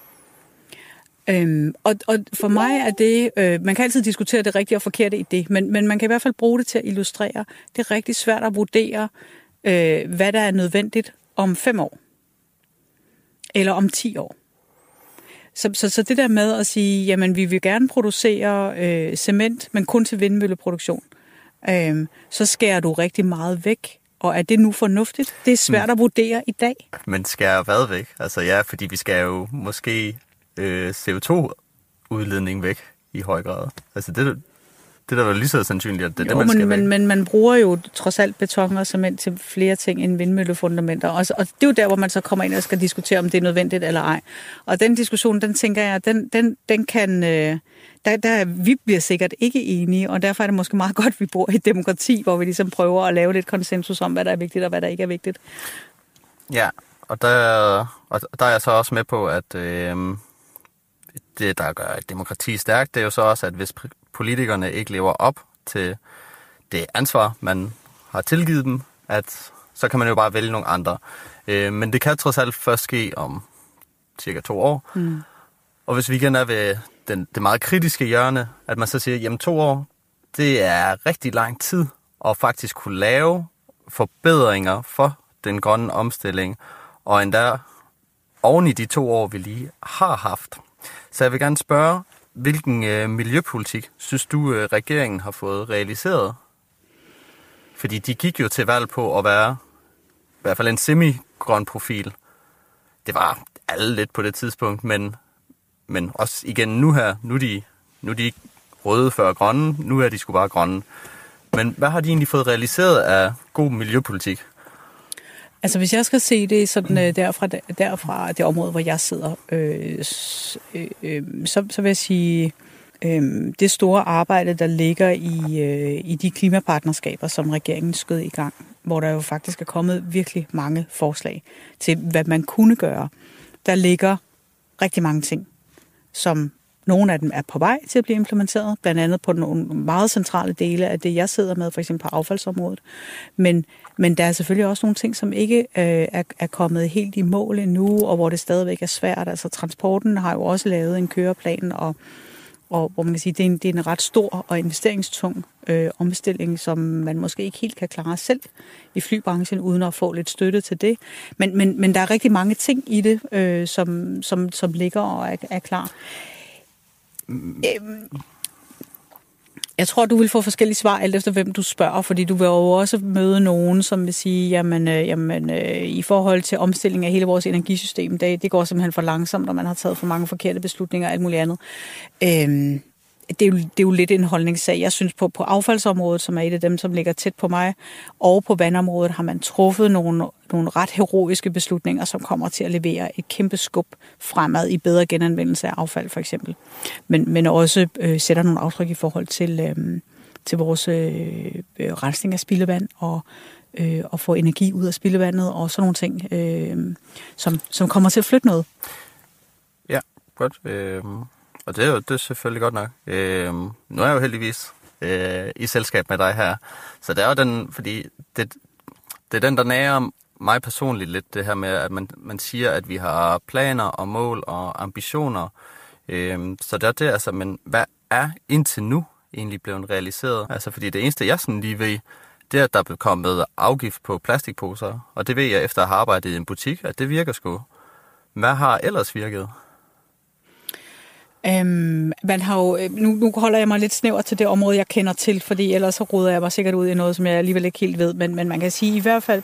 Og for mig er det, man kan altid diskutere det rigtige og forkerte i det, men man kan i hvert fald bruge det til at illustrere. Det er rigtig svært at vurdere, hvad der er nødvendigt om 5 år. Eller om 10 år. Så det der med at sige, jamen vi vil gerne producere cement, men kun til vindmølleproduktion, så skærer du rigtig meget væk. Og er det nu fornuftigt? Det er svært at vurdere i dag. Men skærer hvad væk? Altså ja, fordi vi skal jo måske CO2-udledning væk i høj grad. Altså det er da lige så sandsynligt, at det er det, man skal væk. Men man bruger jo trods alt beton og cement til flere ting end vindmøllefundamenter. Og det er jo der, hvor man så kommer ind og skal diskutere, om det er nødvendigt eller ej. Og den diskussion, den tænker jeg, den kan... vi bliver sikkert ikke enige, og derfor er det måske meget godt, at vi bor i et demokrati, hvor vi ligesom prøver at lave lidt konsensus om, hvad der er vigtigt og hvad der ikke er vigtigt. Ja, og der er jeg så også med på, at det, der gør et demokrati stærkt, det er jo så også, at hvis politikerne ikke lever op til det ansvar, man har tilgivet dem, at så kan man jo bare vælge nogle andre. Men det kan trods alt først ske om cirka 2 år. Mm. Og hvis vi igen er ved det meget kritiske hjørne, at man så siger, jamen 2 år, det er rigtig lang tid at faktisk kunne lave forbedringer for den grønne omstilling, og endda oven i de 2 år, vi lige har haft. Så jeg vil gerne spørge, hvilken miljøpolitik synes du, regeringen har fået realiseret? Fordi de gik jo til valg på at være i hvert fald en semi-grøn profil. Det var alle lidt på det tidspunkt, men også igen nu er de røde før grønne, nu er de sgu bare grønne. Men hvad har de egentlig fået realiseret af god miljøpolitik? Altså hvis jeg skal se det sådan derfra det område, hvor jeg sidder, så vil jeg sige, det store arbejde, der ligger i de klimapartnerskaber, som regeringen skød i gang, hvor der jo faktisk er kommet virkelig mange forslag til, hvad man kunne gøre. Der ligger rigtig mange ting, som nogle af dem er på vej til at blive implementeret, blandt andet på nogle meget centrale dele af det, jeg sidder med, for eksempel på affaldsområdet. Men der er selvfølgelig også nogle ting, som ikke er kommet helt i mål endnu, og hvor det stadigvæk er svært. Altså transporten har jo også lavet en køreplan, og hvor man kan sige, det er en ret stor og investeringstung omstilling, som man måske ikke helt kan klare selv i flybranchen, uden at få lidt støtte til det. Men der er rigtig mange ting i det, som ligger og er klar. Jeg tror, du vil få forskellige svar, alt efter hvem du spørger, fordi du vil jo også møde nogen, som vil sige, jamen i forhold til omstilling af hele vores energisystem, det går simpelthen for langsomt, og man har taget for mange forkerte beslutninger og alt muligt andet. Det er jo lidt en holdningssag. Jeg synes på affaldsområdet, som er et af dem, som ligger tæt på mig, og på vandområdet har man truffet nogle ret heroiske beslutninger, som kommer til at levere et kæmpe skub fremad i bedre genanvendelse af affald, for eksempel. Men også sætter nogle aftryk i forhold til vores rensning af spildevand og få energi ud af spildevandet og sådan nogle ting, som kommer til at flytte noget. Ja, godt. Og det er selvfølgelig godt nok. Nu er jeg jo heldigvis i selskab med dig her. Så det er jo den, fordi det er den, der nærer mig personligt lidt, det her med, at man siger, at vi har planer og mål og ambitioner. Så det er det, altså, men hvad er indtil nu egentlig blevet realiseret? Altså, fordi det eneste, jeg sådan lige ved, det er, at der er blevet kommet afgift på plastikposer. Og det ved jeg, efter at have arbejdet i en butik, at det virker sgu. Hvad har ellers virket? Man har jo, nu holder jeg mig lidt snæver til det område, jeg kender til, fordi ellers så roder jeg mig sikkert ud i noget, som jeg alligevel ikke helt ved. Men man kan sige i hvert fald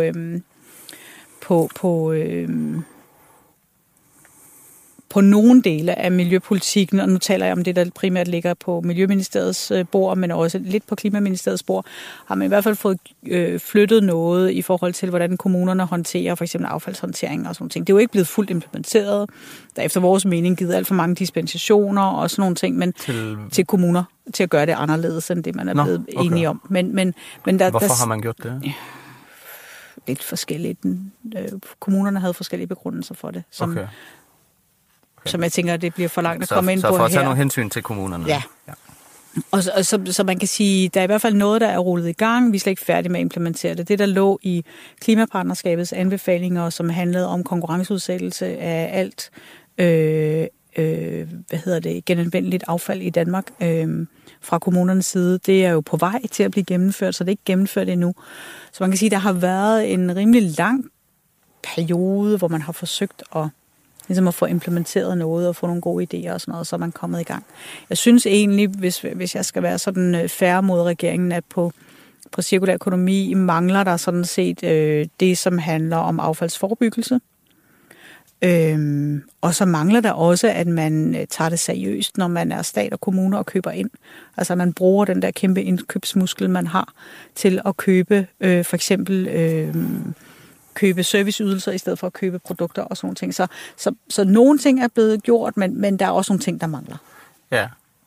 på nogle dele af miljøpolitikken, og nu taler jeg om det, der primært ligger på Miljøministeriets bord, men også lidt på Klimaministeriets bord, har man i hvert fald fået flyttet noget i forhold til, hvordan kommunerne håndterer for eksempel affaldshåndtering og sådan ting. Det er jo ikke blevet fuldt implementeret. Der er efter vores mening givet alt for mange dispensationer og sådan nogle ting, men til kommuner til at gøre det anderledes, end det man er blevet enige om. Men hvorfor har man gjort det? Ja, lidt forskelligt. Kommunerne havde forskellige begrundelser for det, som jeg tænker, det bliver for langt at komme ind på her. Så for at tage nogle hensyn til kommunerne. Ja. Og så man kan sige, der er i hvert fald noget, der er rullet i gang. Vi er slet ikke færdige med at implementere det. Det, der lå i klimapartnerskabets anbefalinger, som handlede om konkurrenceudsættelse af alt genanvendeligt affald i Danmark fra kommunernes side, det er jo på vej til at blive gennemført, så det er ikke gennemført endnu. Så man kan sige, der har været en rimelig lang periode, hvor man har forsøgt at få implementeret noget og få nogle gode idéer og sådan noget, så er man kommet i gang. Jeg synes egentlig, hvis jeg skal være sådan fair mod regeringen, at på cirkulær økonomi mangler der sådan set det, som handler om affaldsforebyggelse. Og så mangler der også, at man tager det seriøst, når man er stat og kommuner og køber ind. Altså man bruger den der kæmpe indkøbsmuskel, man har til at købe for eksempel købe serviceydelser i stedet for at købe produkter og sådan nogle ting. Så nogle ting er blevet gjort, men der er også nogle ting, der mangler. Ja.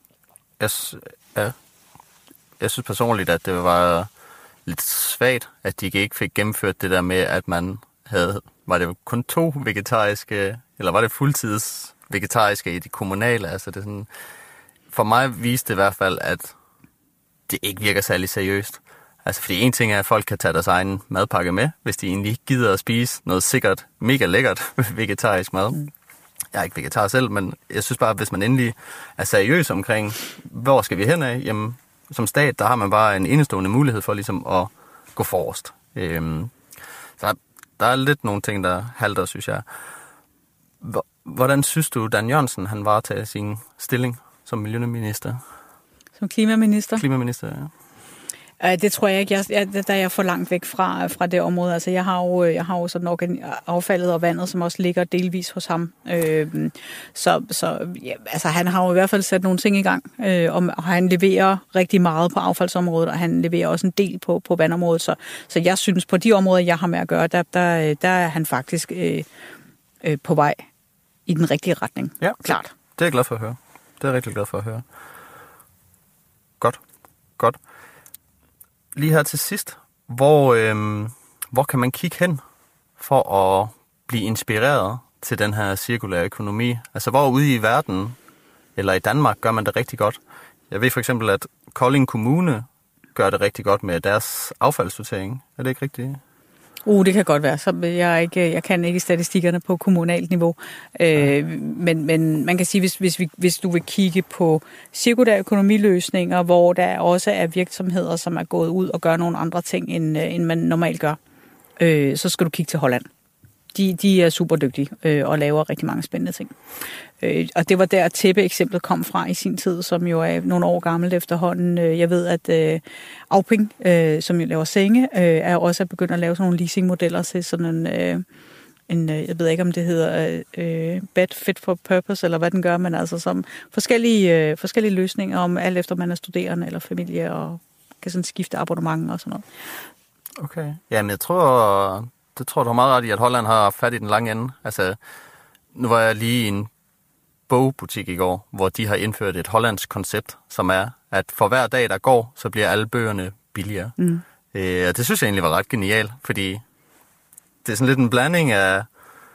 Jeg synes personligt, at det var lidt svagt, at de ikke fik gennemført det der med, at man havde, var det kun 2 vegetariske, eller var det fuldtids vegetariske i de kommunale? Altså det sådan, for mig viste det i hvert fald, at det ikke virker særlig seriøst. Altså fordi en ting er, at folk kan tage deres egen madpakke med, hvis de egentlig ikke gider at spise noget sikkert, mega lækkert vegetarisk mad. Jeg er ikke vegetar selv, men jeg synes bare, at hvis man endelig er seriøs omkring, hvor skal vi hen af? Jamen, som stat, der har man bare en enestående mulighed for ligesom at gå forrest. Så der er lidt nogle ting, der halter, synes jeg. Hvordan synes du, Dan Jørgensen, han varetager sin stilling som miljøminister? Som klimaminister? Klimaminister, ja. Det tror jeg ikke. Der er jeg for langt væk fra det område. Altså, jeg har jo sådan affaldet og vandet, som også ligger delvis hos ham. Altså, han har jo i hvert fald sat nogle ting i gang, og han leverer rigtig meget på affaldsområdet, og han leverer også en del på vandområdet. Så jeg synes, på de områder, jeg har med at gøre, der er han faktisk på vej i den rigtige retning. Ja, klart. Det er jeg glad for at høre. Det er jeg rigtig glad for at høre. Godt. Lige her til sidst, hvor kan man kigge hen for at blive inspireret til den her cirkulære økonomi? Altså hvor ude i verden, eller i Danmark, gør man det rigtig godt? Jeg ved for eksempel, at Kolding Kommune gør det rigtig godt med deres affaldssortering. Er det ikke rigtigt? Det kan godt være. Så jeg kan ikke statistikkerne på kommunalt niveau. Men man kan sige, hvis du vil kigge på cirkulære økonomiløsninger, hvor der også er virksomheder, som er gået ud og gør nogle andre ting, end man normalt gør, så skal du kigge til Holland. De er super dygtige og laver rigtig mange spændende ting. Og det var der Tæppe-eksemplet kom fra i sin tid, som jo er nogle år gammelt efterhånden. Jeg ved, at Auping, som jo laver senge, er også begyndt at lave sådan nogle leasingmodeller til sådan en jeg ved ikke, om det hedder bed fit for purpose, eller hvad den gør, men altså som forskellige løsninger om alt efter man er studerende eller familie, og kan sådan skifte abonnement og sådan noget. Okay. Jamen, jeg tror du har meget ret i, at Holland har fat i den lange ende. Altså, nu var jeg lige i en bogbutik i går, hvor de har indført et hollandsk koncept, som er, at for hver dag, der går, så bliver alle bøgerne billigere. Og det synes jeg egentlig var ret genialt, fordi det er sådan lidt en blanding af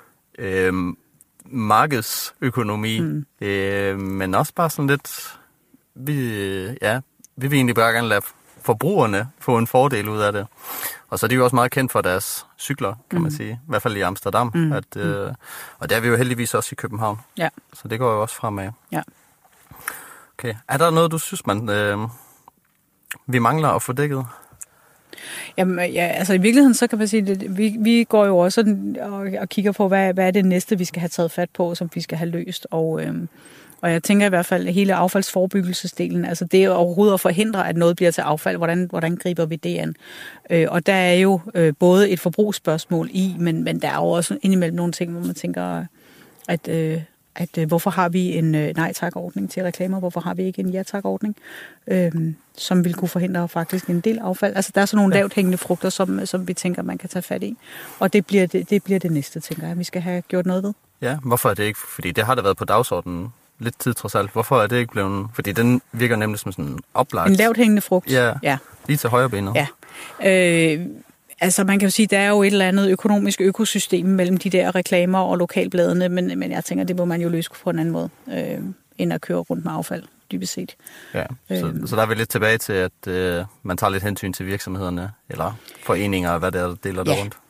markedsøkonomi, men også bare sådan lidt, vi vil egentlig bare gerne lade forbrugerne få en fordel ud af det. Og så er de jo også meget kendt for deres cykler, kan man sige. I hvert fald i Amsterdam. Og der er vi jo heldigvis også i København. Ja. Så det går jo også fremad. Ja. Okay. Er der noget, du synes, vi mangler at få dækket? Jamen, ja, altså i virkeligheden, så kan man sige, at vi går jo også og kigger på, hvad er det næste, vi skal have taget fat på, som vi skal have løst. Og jeg tænker i hvert fald, at hele affaldsforebyggelsesdelen, altså det er overhovedet at forhindre, at noget bliver til affald. Hvordan griber vi det an? Og der er jo både et forbrugsspørgsmål i, men der er jo også indimellem nogle ting, hvor man tænker, at hvorfor har vi en nej-tak-ordning til reklamer? Hvorfor har vi ikke en ja-tak-ordning, som vil kunne forhindre faktisk en del affald? Altså der er sådan nogle lavt hængende frugter, som vi tænker, man kan tage fat i. Og det bliver det næste, tænker jeg, vi skal have gjort noget ved. Ja, hvorfor er det ikke? Fordi det har da været på dagsordenen lidt tid trods alt. Hvorfor er det ikke blevet? Fordi den virker nemlig som sådan en oplagt. En lavt hængende frugt. Ja. Lige til højre benet. Ja. Altså man kan jo sige, der er jo et eller andet økonomisk økosystem mellem de der reklamer og lokalbladene, men jeg tænker, det må man jo løse på en anden måde, end at køre rundt med affald. dybest set. Ja, så der er vi lidt tilbage til, at man tager lidt hensyn til virksomhederne, eller foreninger, og hvad det er, der deler det rundt.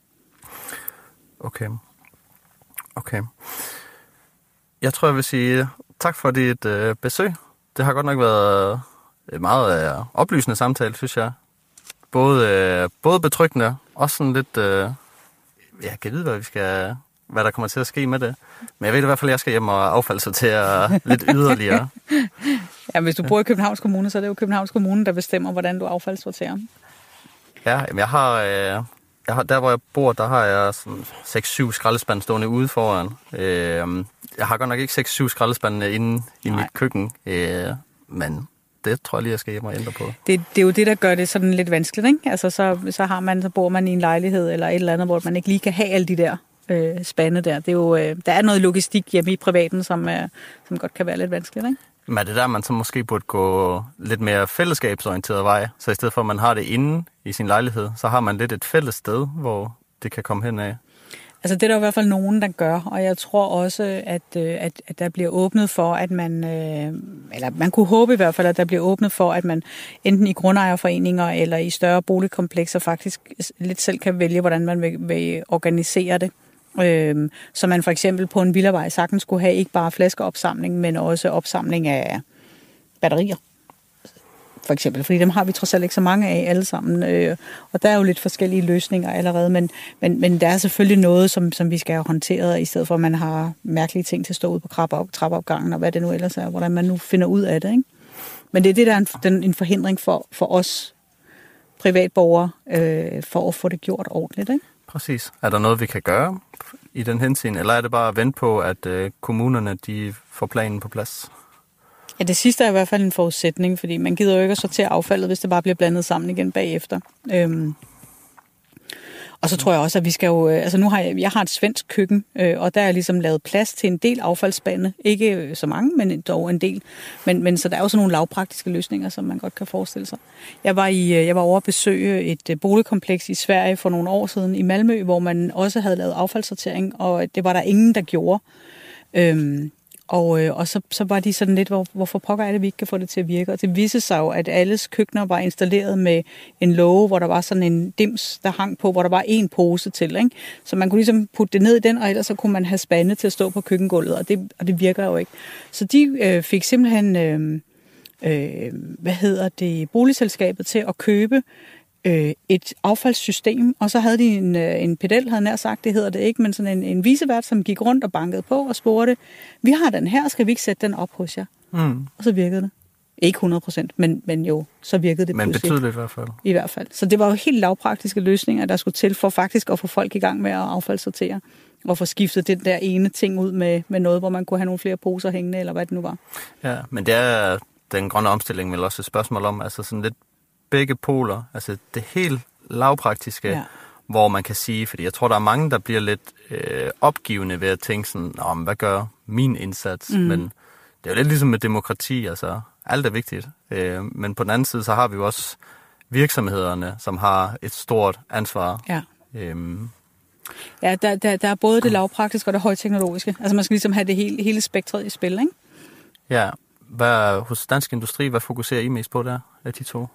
Okay. Jeg tror, jeg vil sige tak for dit besøg. Det har godt nok været et meget oplysende samtale, synes jeg. Både betryggende, også sådan lidt... jeg kan vide, hvad der kommer til at ske med det. Men jeg ved i hvert fald, at jeg skal hjem og affaldssortere lidt yderligere. Ja, hvis du bor i Københavns Kommune, så er det jo Københavns Kommune, der bestemmer, hvordan du affaldssorterer. Ja, men jeg har der, hvor jeg bor, der har jeg sådan 6-7 skraldespande stående ude foran. Jeg har godt nok ikke 6-7 skraldespande inde i mit køkken, men det tror jeg lige, jeg skal hjem og ændre på. Det er jo det, der gør det sådan lidt vanskeligt, ikke? Altså, så bor man i en lejlighed eller et eller andet, hvor man ikke lige kan have alle de der spande der. Det er jo, der er noget logistik hjemme i privaten, som godt kan være lidt vanskeligt, ikke? Men det der, man så måske burde gå lidt mere fællesskabsorienteret vej, så i stedet for, at man har det inde i sin lejlighed, så har man lidt et fælles sted, hvor det kan komme hen af. Altså det er der i hvert fald nogen, der gør, og jeg tror også, at der bliver åbnet for, at man, eller man kunne håbe i hvert fald, at der bliver åbnet for, at man enten i grundejerforeninger eller i større boligkomplekser faktisk lidt selv kan vælge, hvordan man vil organisere det. Så man for eksempel på en villavej sagtens skulle have ikke bare flaskeopsamling, men også opsamling af batterier. For eksempel, fordi dem har vi trods alt ikke så mange af alle sammen. Og der er jo lidt forskellige løsninger allerede, men der er selvfølgelig noget, som vi skal have håndteret, i stedet for at man har mærkelige ting til at stå ude på trappeopgangen, og hvad det nu ellers er, hvordan man nu finder ud af det, ikke? Men det er det, der er en forhindring for os privatborgere, for at få det gjort ordentligt, ikke? Præcis. Er der noget, vi kan gøre i den henseende, eller er det bare at vente på, at kommunerne de får planen på plads? Ja, det sidste er i hvert fald en forudsætning, fordi man gider jo ikke at sortere affaldet, hvis det bare bliver blandet sammen igen bagefter. Og så tror jeg også, at vi skal jo... Altså nu har jeg har et svensk køkken, og der er ligesom lavet plads til en del affaldsspande. Ikke så mange, men dog en del. Men så der er jo sådan nogle lavpraktiske løsninger, som man godt kan forestille sig. Jeg var over at besøge et boligkompleks i Sverige for nogle år siden i Malmø, hvor man også havde lavet affaldssortering, og det var der ingen, der gjorde. Og så var de sådan lidt, hvorfor pokker er det, vi ikke kan få det til at virke? Og det viste sig jo, at alles køkkener var installeret med en låge, hvor der var sådan en dims, der hang på, hvor der var en pose til, ikke? Så man kunne ligesom putte det ned i den, og ellers så kunne man have spande til at stå på køkkengulvet, og det virker jo ikke. Så de fik simpelthen, boligselskabet til at købe et affaldssystem, og så havde de en pedel, havde nær sagt, det hedder det ikke, men sådan en vicevært, som gik rundt og bankede på og spurgte, vi har den her, skal vi ikke sætte den op hos jer? Og så virkede det. Ikke 100%, men jo, så virkede det men pludselig. Men betydeligt i hvert fald. I hvert fald. Så det var jo helt lavpraktiske løsninger, der skulle til for faktisk at få folk i gang med at affaldssortere, og få skiftet det der ene ting ud med noget, hvor man kunne have nogle flere poser hængende, eller hvad det nu var. Ja, men det er den grønne omstilling vel også et spørgsmål om, altså sådan lidt begge poler, altså det helt lavpraktiske, hvor man kan sige, fordi jeg tror, der er mange, der bliver lidt opgivende ved at tænke sådan, hvad gør min indsats? Men det er jo lidt ligesom med demokrati, altså alt er vigtigt. Men på den anden side, så har vi jo også virksomhederne, som har et stort ansvar. Ja. Ja, der er både det lavpraktiske og det højteknologiske. Altså man skal ligesom have det hele spektret i spil, ikke? Ja. Hos Dansk Industri, hvad fokuserer I mest på der af de to?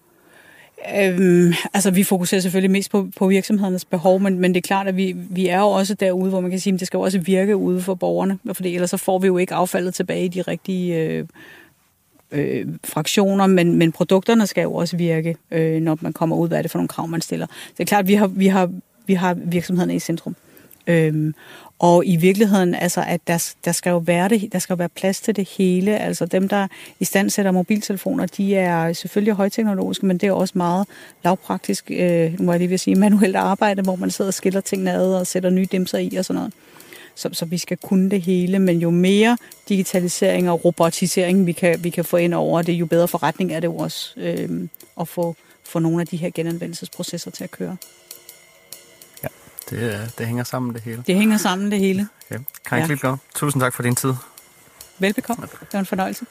Altså vi fokuserer selvfølgelig mest på virksomhedernes behov, men det er klart, at vi er jo også derude, hvor man kan sige, at det skal jo også virke ude for borgerne, for ellers så får vi jo ikke affaldet tilbage i de rigtige fraktioner, men produkterne skal jo også virke, når man kommer ud, hvad er det for nogle krav, man stiller. Det er klart, at vi har virksomhederne i centrum. Og i virkeligheden, altså, at der skal jo være plads til det hele. Altså dem, der istandsætter mobiltelefoner, de er selvfølgelig højteknologiske, men det er også meget lavpraktisk, må jeg lige vil sige, manuelt arbejde, hvor man sidder og skiller tingene ad og sætter nye dimser i og sådan noget. Så vi skal kunne det hele, men jo mere digitalisering og robotisering vi kan få ind over det, jo bedre forretning er det jo også at få nogle af de her genanvendelsesprocesser til at køre. Det hænger sammen, det hele. Det hænger sammen, det hele. Okay. Karin Klitgaard, tusind tak for din tid. Velbekomme. Det var en fornøjelse.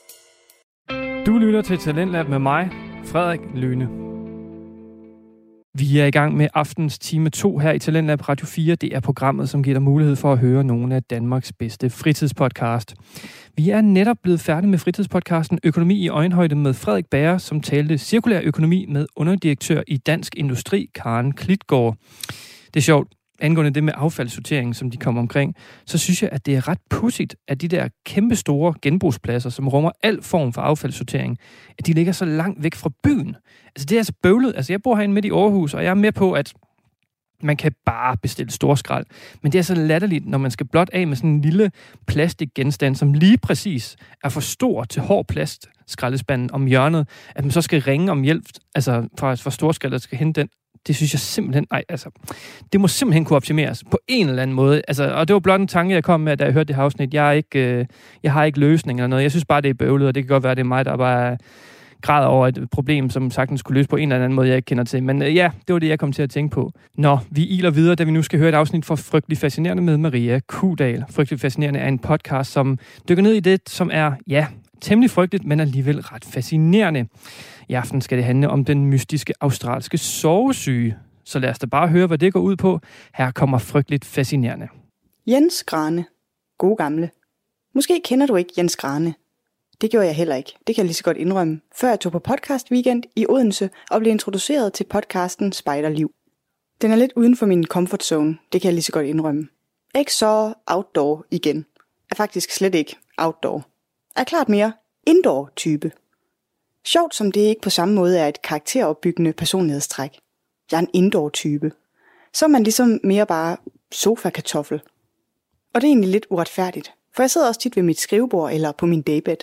Du lytter til Talentlab med mig, Frederik Lyne. Vi er i gang med aftens time 2 her i Talentlab Radio 4. Det er programmet, som giver dig mulighed for at høre nogle af Danmarks bedste fritidspodcast. Vi er netop blevet færdige med fritidspodcasten Økonomi i øjenhøjde med Frederik Bager, som talte cirkulær økonomi med underdirektør i Dansk Industri, Karen Klitgaard. Det er sjovt. Angående det med affaldssortering, som de kom omkring, så synes jeg, at det er ret pudsigt, at de der kæmpe store genbrugspladser, som rummer al form for affaldssortering, at de ligger så langt væk fra byen. Altså det er altså bøvlet. Altså jeg bor herinde midt i Aarhus, og jeg er med på, at man kan bare bestille storskrald. Men det er så latterligt, når man skal blot af med sådan en lille plastikgenstand, som lige præcis er for stor til hård plastskraldespanden om hjørnet, at man så skal ringe om hjælp, altså fra storskrald, der skal hente den. Det synes jeg simpelthen, det må simpelthen kunne optimeres på en eller anden måde. Altså, og det var blot en tanke, jeg kom med, da jeg hørte det her afsnit. Jeg har ikke løsning eller noget. Jeg synes bare, det er bøvlet, og det kan godt være, at det er mig, der bare græder over et problem, som sagtens skulle løse på en eller anden måde, jeg ikke kender til. Men ja, det var det, jeg kom til at tænke på. Nå, vi iler videre, da vi nu skal høre et afsnit for Frygtelig Fascinerende med Maria Kuhdal. Frygtelig Fascinerende er en podcast, som dykker ned i det, som er, temmelig frygteligt, men alligevel ret fascinerende. I aften skal det handle om den mystiske australske sovesyge. Så lad os da bare høre, hvad det går ud på. Her kommer Frygteligt Fascinerende. Jens Grane. God gamle. Måske kender du ikke Jens Grane. Det gjorde jeg heller ikke. Det kan jeg lige så godt indrømme. Før jeg tog på podcast weekend i Odense og blev introduceret til podcasten Spejderliv. Den er lidt uden for min comfort zone. Det kan jeg lige så godt indrømme. Ikke så outdoor igen. Er faktisk slet ikke outdoor. Er klart mere indoor type. Sjovt som det ikke på samme måde er et karakteropbyggende personlighedstræk. Jeg er en indoor-type. Så er man ligesom mere bare sofa-kartoffel. Og det er egentlig lidt uretfærdigt, for jeg sidder også tit ved mit skrivebord eller på min daybed.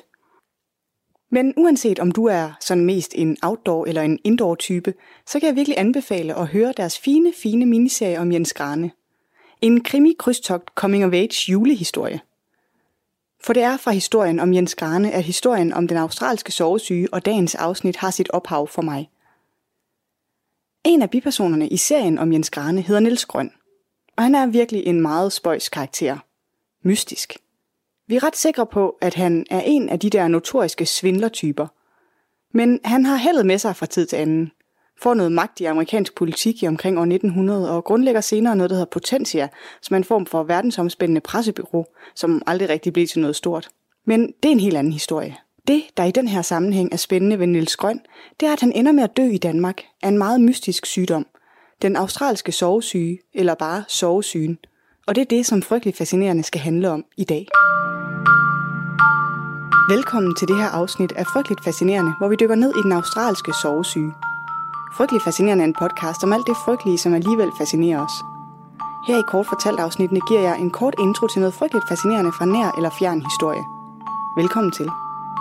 Men uanset om du er sådan mest en outdoor eller en indoor-type, så kan jeg virkelig anbefale at høre deres fine miniserie om Jens Grane. En krimi-krydstogt coming-of-age julehistorie. For det er fra historien om Jens Grane, at historien om den australske sovesyge og dagens afsnit har sit ophav for mig. En af bipersonerne i serien om Jens Grane hedder Niels Grøn, og han er virkelig en meget spøjs karakter. Mystisk. Vi er ret sikre på, at han er en af de der notoriske svindlertyper. Men han har heldet med sig fra tid til anden. Får noget magt i amerikansk politik i omkring år 1900 og grundlægger senere noget, der hedder Potentia, som er en form for verdensomspændende pressebureau, som aldrig rigtig blev til noget stort. Men det er en helt anden historie. Det, der i den her sammenhæng er spændende ved Niels Grøn, det er, at han ender med at dø i Danmark af en meget mystisk sygdom. Den australske sovesyge, eller bare sovesygen. Og det er det, som Frygtelig Fascinerende skal handle om i dag. Velkommen til det her afsnit af Frygteligt Fascinerende, hvor vi dykker ned i den australske sovesyge. Frygtelig Fascinerende er en podcast om alt det frygtelige, som alligevel fascinerer os. Her i Kort Fortalt afsnittene giver jeg en kort intro til noget frygteligt fascinerende fra nær eller fjern historie. Velkommen til.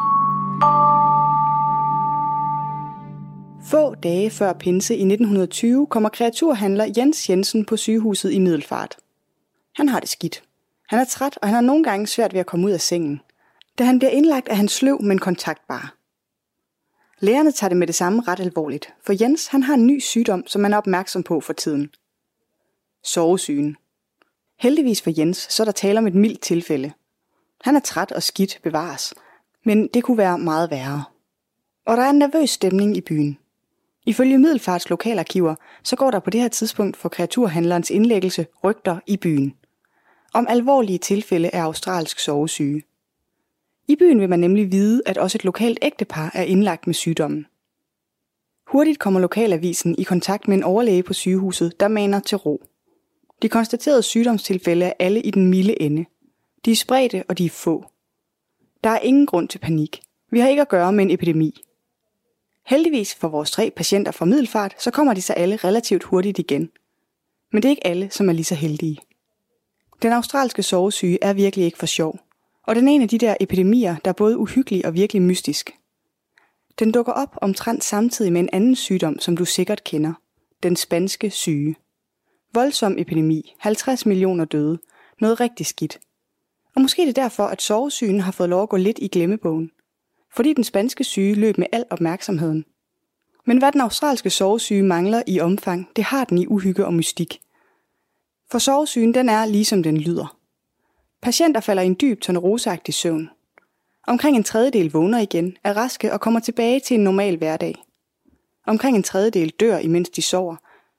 Få dage før pinse i 1920 kommer kreaturhandler Jens Jensen på sygehuset i Middelfart. Han har det skidt. Han er træt, og han har nogle gange svært ved at komme ud af sengen. Da han bliver indlagt, er han sløv, men kontaktbar. Lægerne tager det med det samme ret alvorligt, for Jens han har en ny sygdom, som man er opmærksom på for tiden. Sovesygen. Heldigvis for Jens, så er der tale om et mildt tilfælde. Han er træt og skidt bevares, men det kunne være meget værre. Og der er en nervøs stemning i byen. Ifølge Middelfarts lokalarkiver, så går der på det her tidspunkt for kreaturhandlerens indlæggelse rygter i byen. Om alvorlige tilfælde af australsk sovesyge. I byen vil man nemlig vide, at også et lokalt ægtepar er indlagt med sygdommen. Hurtigt kommer lokalavisen i kontakt med en overlæge på sygehuset, der maner til ro. De konstaterede sygdomstilfælde er alle i den milde ende. De er spredte, og de er få. Der er ingen grund til panik. Vi har ikke at gøre med en epidemi. Heldigvis for vores 3 patienter fra Middelfart, så kommer de så alle relativt hurtigt igen. Men det er ikke alle, som er lige så heldige. Den australske sovesyge er virkelig ikke for sjov. Og den er en af de der epidemier, der er både uhyggelig og virkelig mystisk. Den dukker op omtrent samtidig med en anden sygdom, som du sikkert kender. Den spanske syge. Voldsom epidemi, 50 millioner døde, noget rigtig skidt. Og måske er det derfor, at sovesygen har fået lov at gå lidt i glemmebogen. Fordi den spanske syge løb med al opmærksomheden. Men hvad den australske sovesyge mangler i omfang, det har den i uhygge og mystik. For sovesygen, den er ligesom den lyder. Patienter falder i en dyb torneroseagtig søvn. Omkring en tredjedel vågner igen, er raske og kommer tilbage til en normal hverdag. Omkring en tredjedel dør, imens de sover,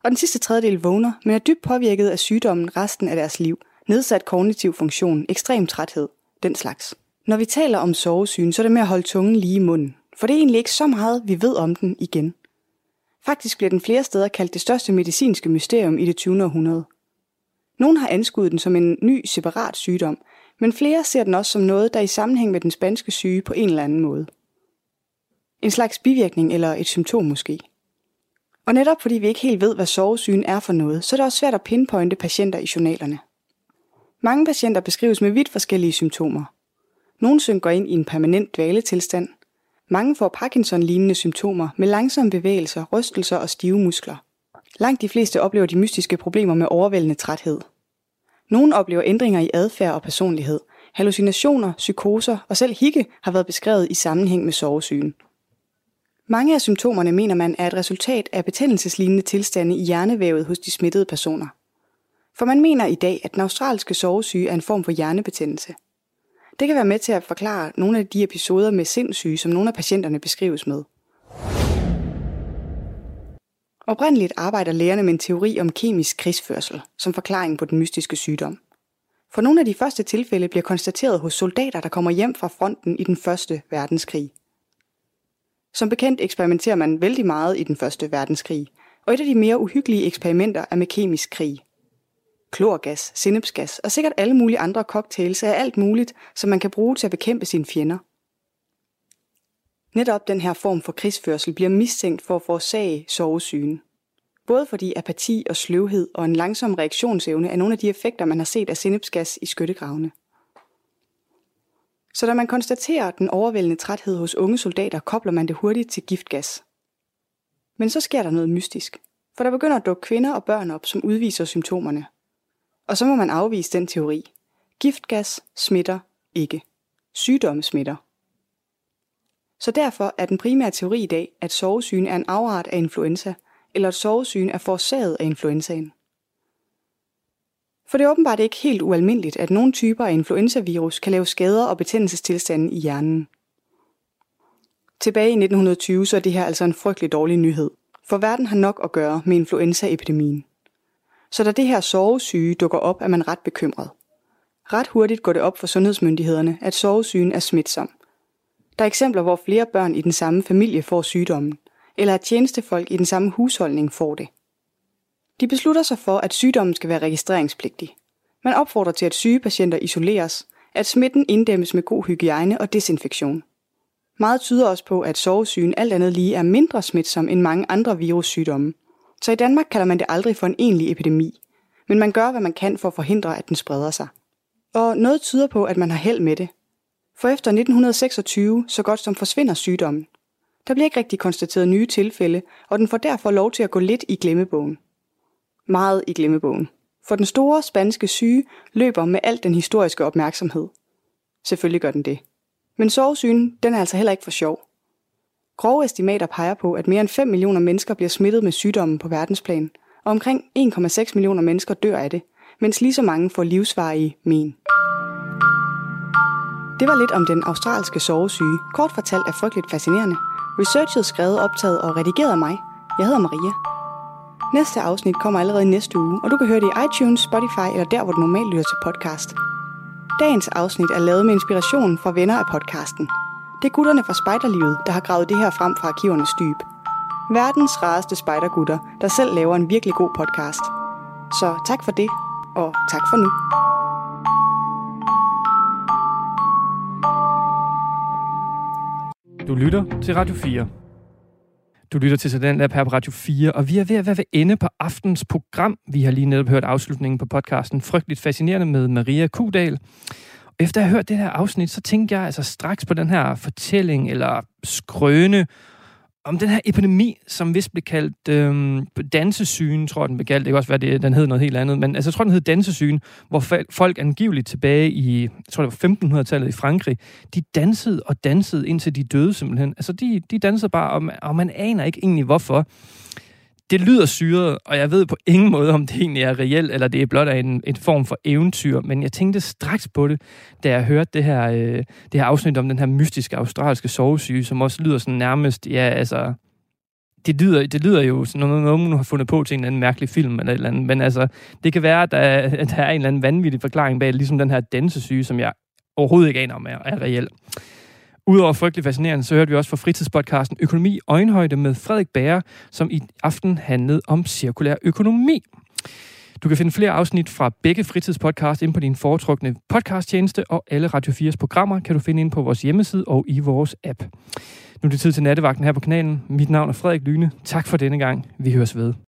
Og den sidste tredjedel vågner, men er dybt påvirket af sygdommen resten af deres liv. Nedsat kognitiv funktion, ekstrem træthed, den slags. Når vi taler om sovesygen, så er det med at holde tungen lige i munden. For det er egentlig ikke så meget, vi ved om den igen. Faktisk bliver den flere steder kaldt det største medicinske mysterium i det 20. århundrede. Nogle har anskuet den som en ny, separat sygdom, men flere ser den også som noget, der er i sammenhæng med den spanske syge på en eller anden måde. En slags bivirkning eller et symptom måske. Og netop fordi vi ikke helt ved, hvad sovesygen er for noget, så er det også svært at pinpointe patienter i journalerne. Mange patienter beskrives med vidt forskellige symptomer. Nogle synker ind i en permanent dvaletilstand. Mange får Parkinson-lignende symptomer med langsomme bevægelser, rystelser og stive muskler. Langt de fleste oplever de mystiske problemer med overvældende træthed. Nogle oplever ændringer i adfærd og personlighed. Hallucinationer, psykoser og selv hikke har været beskrevet i sammenhæng med sovesygen. Mange af symptomerne mener man er et resultat af betændelseslignende tilstande i hjernevævet hos de smittede personer. For man mener i dag, at den australske sovesyge er en form for hjernebetændelse. Det kan være med til at forklare nogle af de episoder med sindssyge, som nogle af patienterne beskrives med. Oprindeligt arbejder lægerne med en teori om kemisk krigsførsel som forklaring på den mystiske sygdom. For nogle af de første tilfælde bliver konstateret hos soldater, der kommer hjem fra fronten i den første verdenskrig. Som bekendt eksperimenterer man vældig meget i den første verdenskrig, og et af de mere uhyggelige eksperimenter er med kemisk krig. Klorgas, sennepsgas og sikkert alle mulige andre cocktails er alt muligt, som man kan bruge til at bekæmpe sine fjender. Netop den her form for krigsførsel bliver mistænkt for at forårsage sovesygen. Både fordi apati og sløvhed og en langsom reaktionsevne er nogle af de effekter, man har set af sennepsgas i skyttegravene. Så da man konstaterer den overvældende træthed hos unge soldater, kobler man det hurtigt til giftgas. Men så sker der noget mystisk, for der begynder at dukke kvinder og børn op, som udviser symptomerne. Og så må man afvise den teori. Giftgas smitter ikke. Sygdomme smitter. Så derfor er den primære teori i dag, at sovesygen er en afart af influenza, eller at sovesygen er forårsaget af influenzaen. For det er åbenbart ikke helt ualmindeligt, at nogle typer af influenzavirus kan lave skader og betændelsestilstande i hjernen. Tilbage i 1920 så er det her altså en frygtelig dårlig nyhed, for verden har nok at gøre med influenzaepidemien. Så da det her sovesyge dukker op, er man ret bekymret. Ret hurtigt går det op for sundhedsmyndighederne, at sovesygen er smitsom. Der er eksempler, hvor flere børn i den samme familie får sygdommen, eller at tjenestefolk i den samme husholdning får det. De beslutter sig for, at sygdommen skal være registreringspligtig. Man opfordrer til, at syge patienter isoleres, at smitten inddæmmes med god hygiejne og desinfektion. Meget tyder også på, at sovesygen alt andet lige er mindre smitsom end mange andre virussygdomme. Så i Danmark kalder man det aldrig for en egentlig epidemi, men man gør, hvad man kan for at forhindre, at den spreder sig. Og noget tyder på, at man har held med det. For efter 1926 så godt som forsvinder sygdommen. Der bliver ikke rigtig konstateret nye tilfælde, og den får derfor lov til at gå lidt i glemmebogen. Meget i glemmebogen. For den store spanske syge løber med al den historiske opmærksomhed. Selvfølgelig gør den det. Men sovesygen, den er altså heller ikke for sjov. Grove estimater peger på, at mere end 5 millioner mennesker bliver smittet med sygdommen på verdensplan, og omkring 1,6 millioner mennesker dør af det, mens lige så mange får livsvarige men. Det var lidt om den australske sovesyge, kort fortalt er frygteligt fascinerende. Researchet skrevet, optaget og redigeret af mig. Jeg hedder Maria. Næste afsnit kommer allerede næste uge, og du kan høre det i iTunes, Spotify eller der, hvor du normalt lytter til podcast. Dagens afsnit er lavet med inspiration fra venner af podcasten. Det er gutterne fra Spejderlivet, der har gravet det her frem fra arkivernes dyb. Verdens rareste spejdergutter, der selv laver en virkelig god podcast. Så tak for det, og tak for nu. Du lytter til Radio 4. Du lytter til Talentlab her på Radio 4, og vi er ved at være ved ende på aftens program. Vi har lige netop hørt afslutningen på podcasten Frygteligt Fascinerende med Maria Kudal. Og efter at have hørt det her afsnit, så tænkte jeg altså straks på den her fortælling eller skrøne om den her epidemi, som vist blev kaldt dansesygen, tror jeg, den blev kaldt. Det kan også være, den hed noget helt andet, men altså, jeg tror, den hed dansesygen, hvor folk angiveligt tilbage i, jeg tror, det var 1500-tallet i Frankrig, de dansede indtil de døde simpelthen. Altså, de dansede bare, og man aner ikke egentlig, hvorfor. Det lyder syret, og jeg ved på ingen måde, om det egentlig er reelt, eller det er blot en form for eventyr, men jeg tænkte straks på det, da jeg hørte det her afsnit om den her mystiske australske sovesyge, som også lyder sådan nærmest, ja, altså, Det lyder jo som nogen har fundet på til en eller anden mærkelig film eller et eller andet, men altså, det kan være, at der er en eller anden vanvittig forklaring bag, ligesom den her dansesyge, som jeg overhovedet ikke aner om er reel. Udover frygtelig fascinerende, så hørte vi også fra fritidspodcasten Økonomi i øjenhøjde med Frederik Bager, som i aften handlede om cirkulær økonomi. Du kan finde flere afsnit fra begge fritidspodcast inde på din foretrukne podcasttjeneste, og alle Radio 4's programmer kan du finde inde på vores hjemmeside og i vores app. Nu er det tid til nattevagten her på kanalen. Mit navn er Frederik Lyne. Tak for denne gang. Vi høres ved.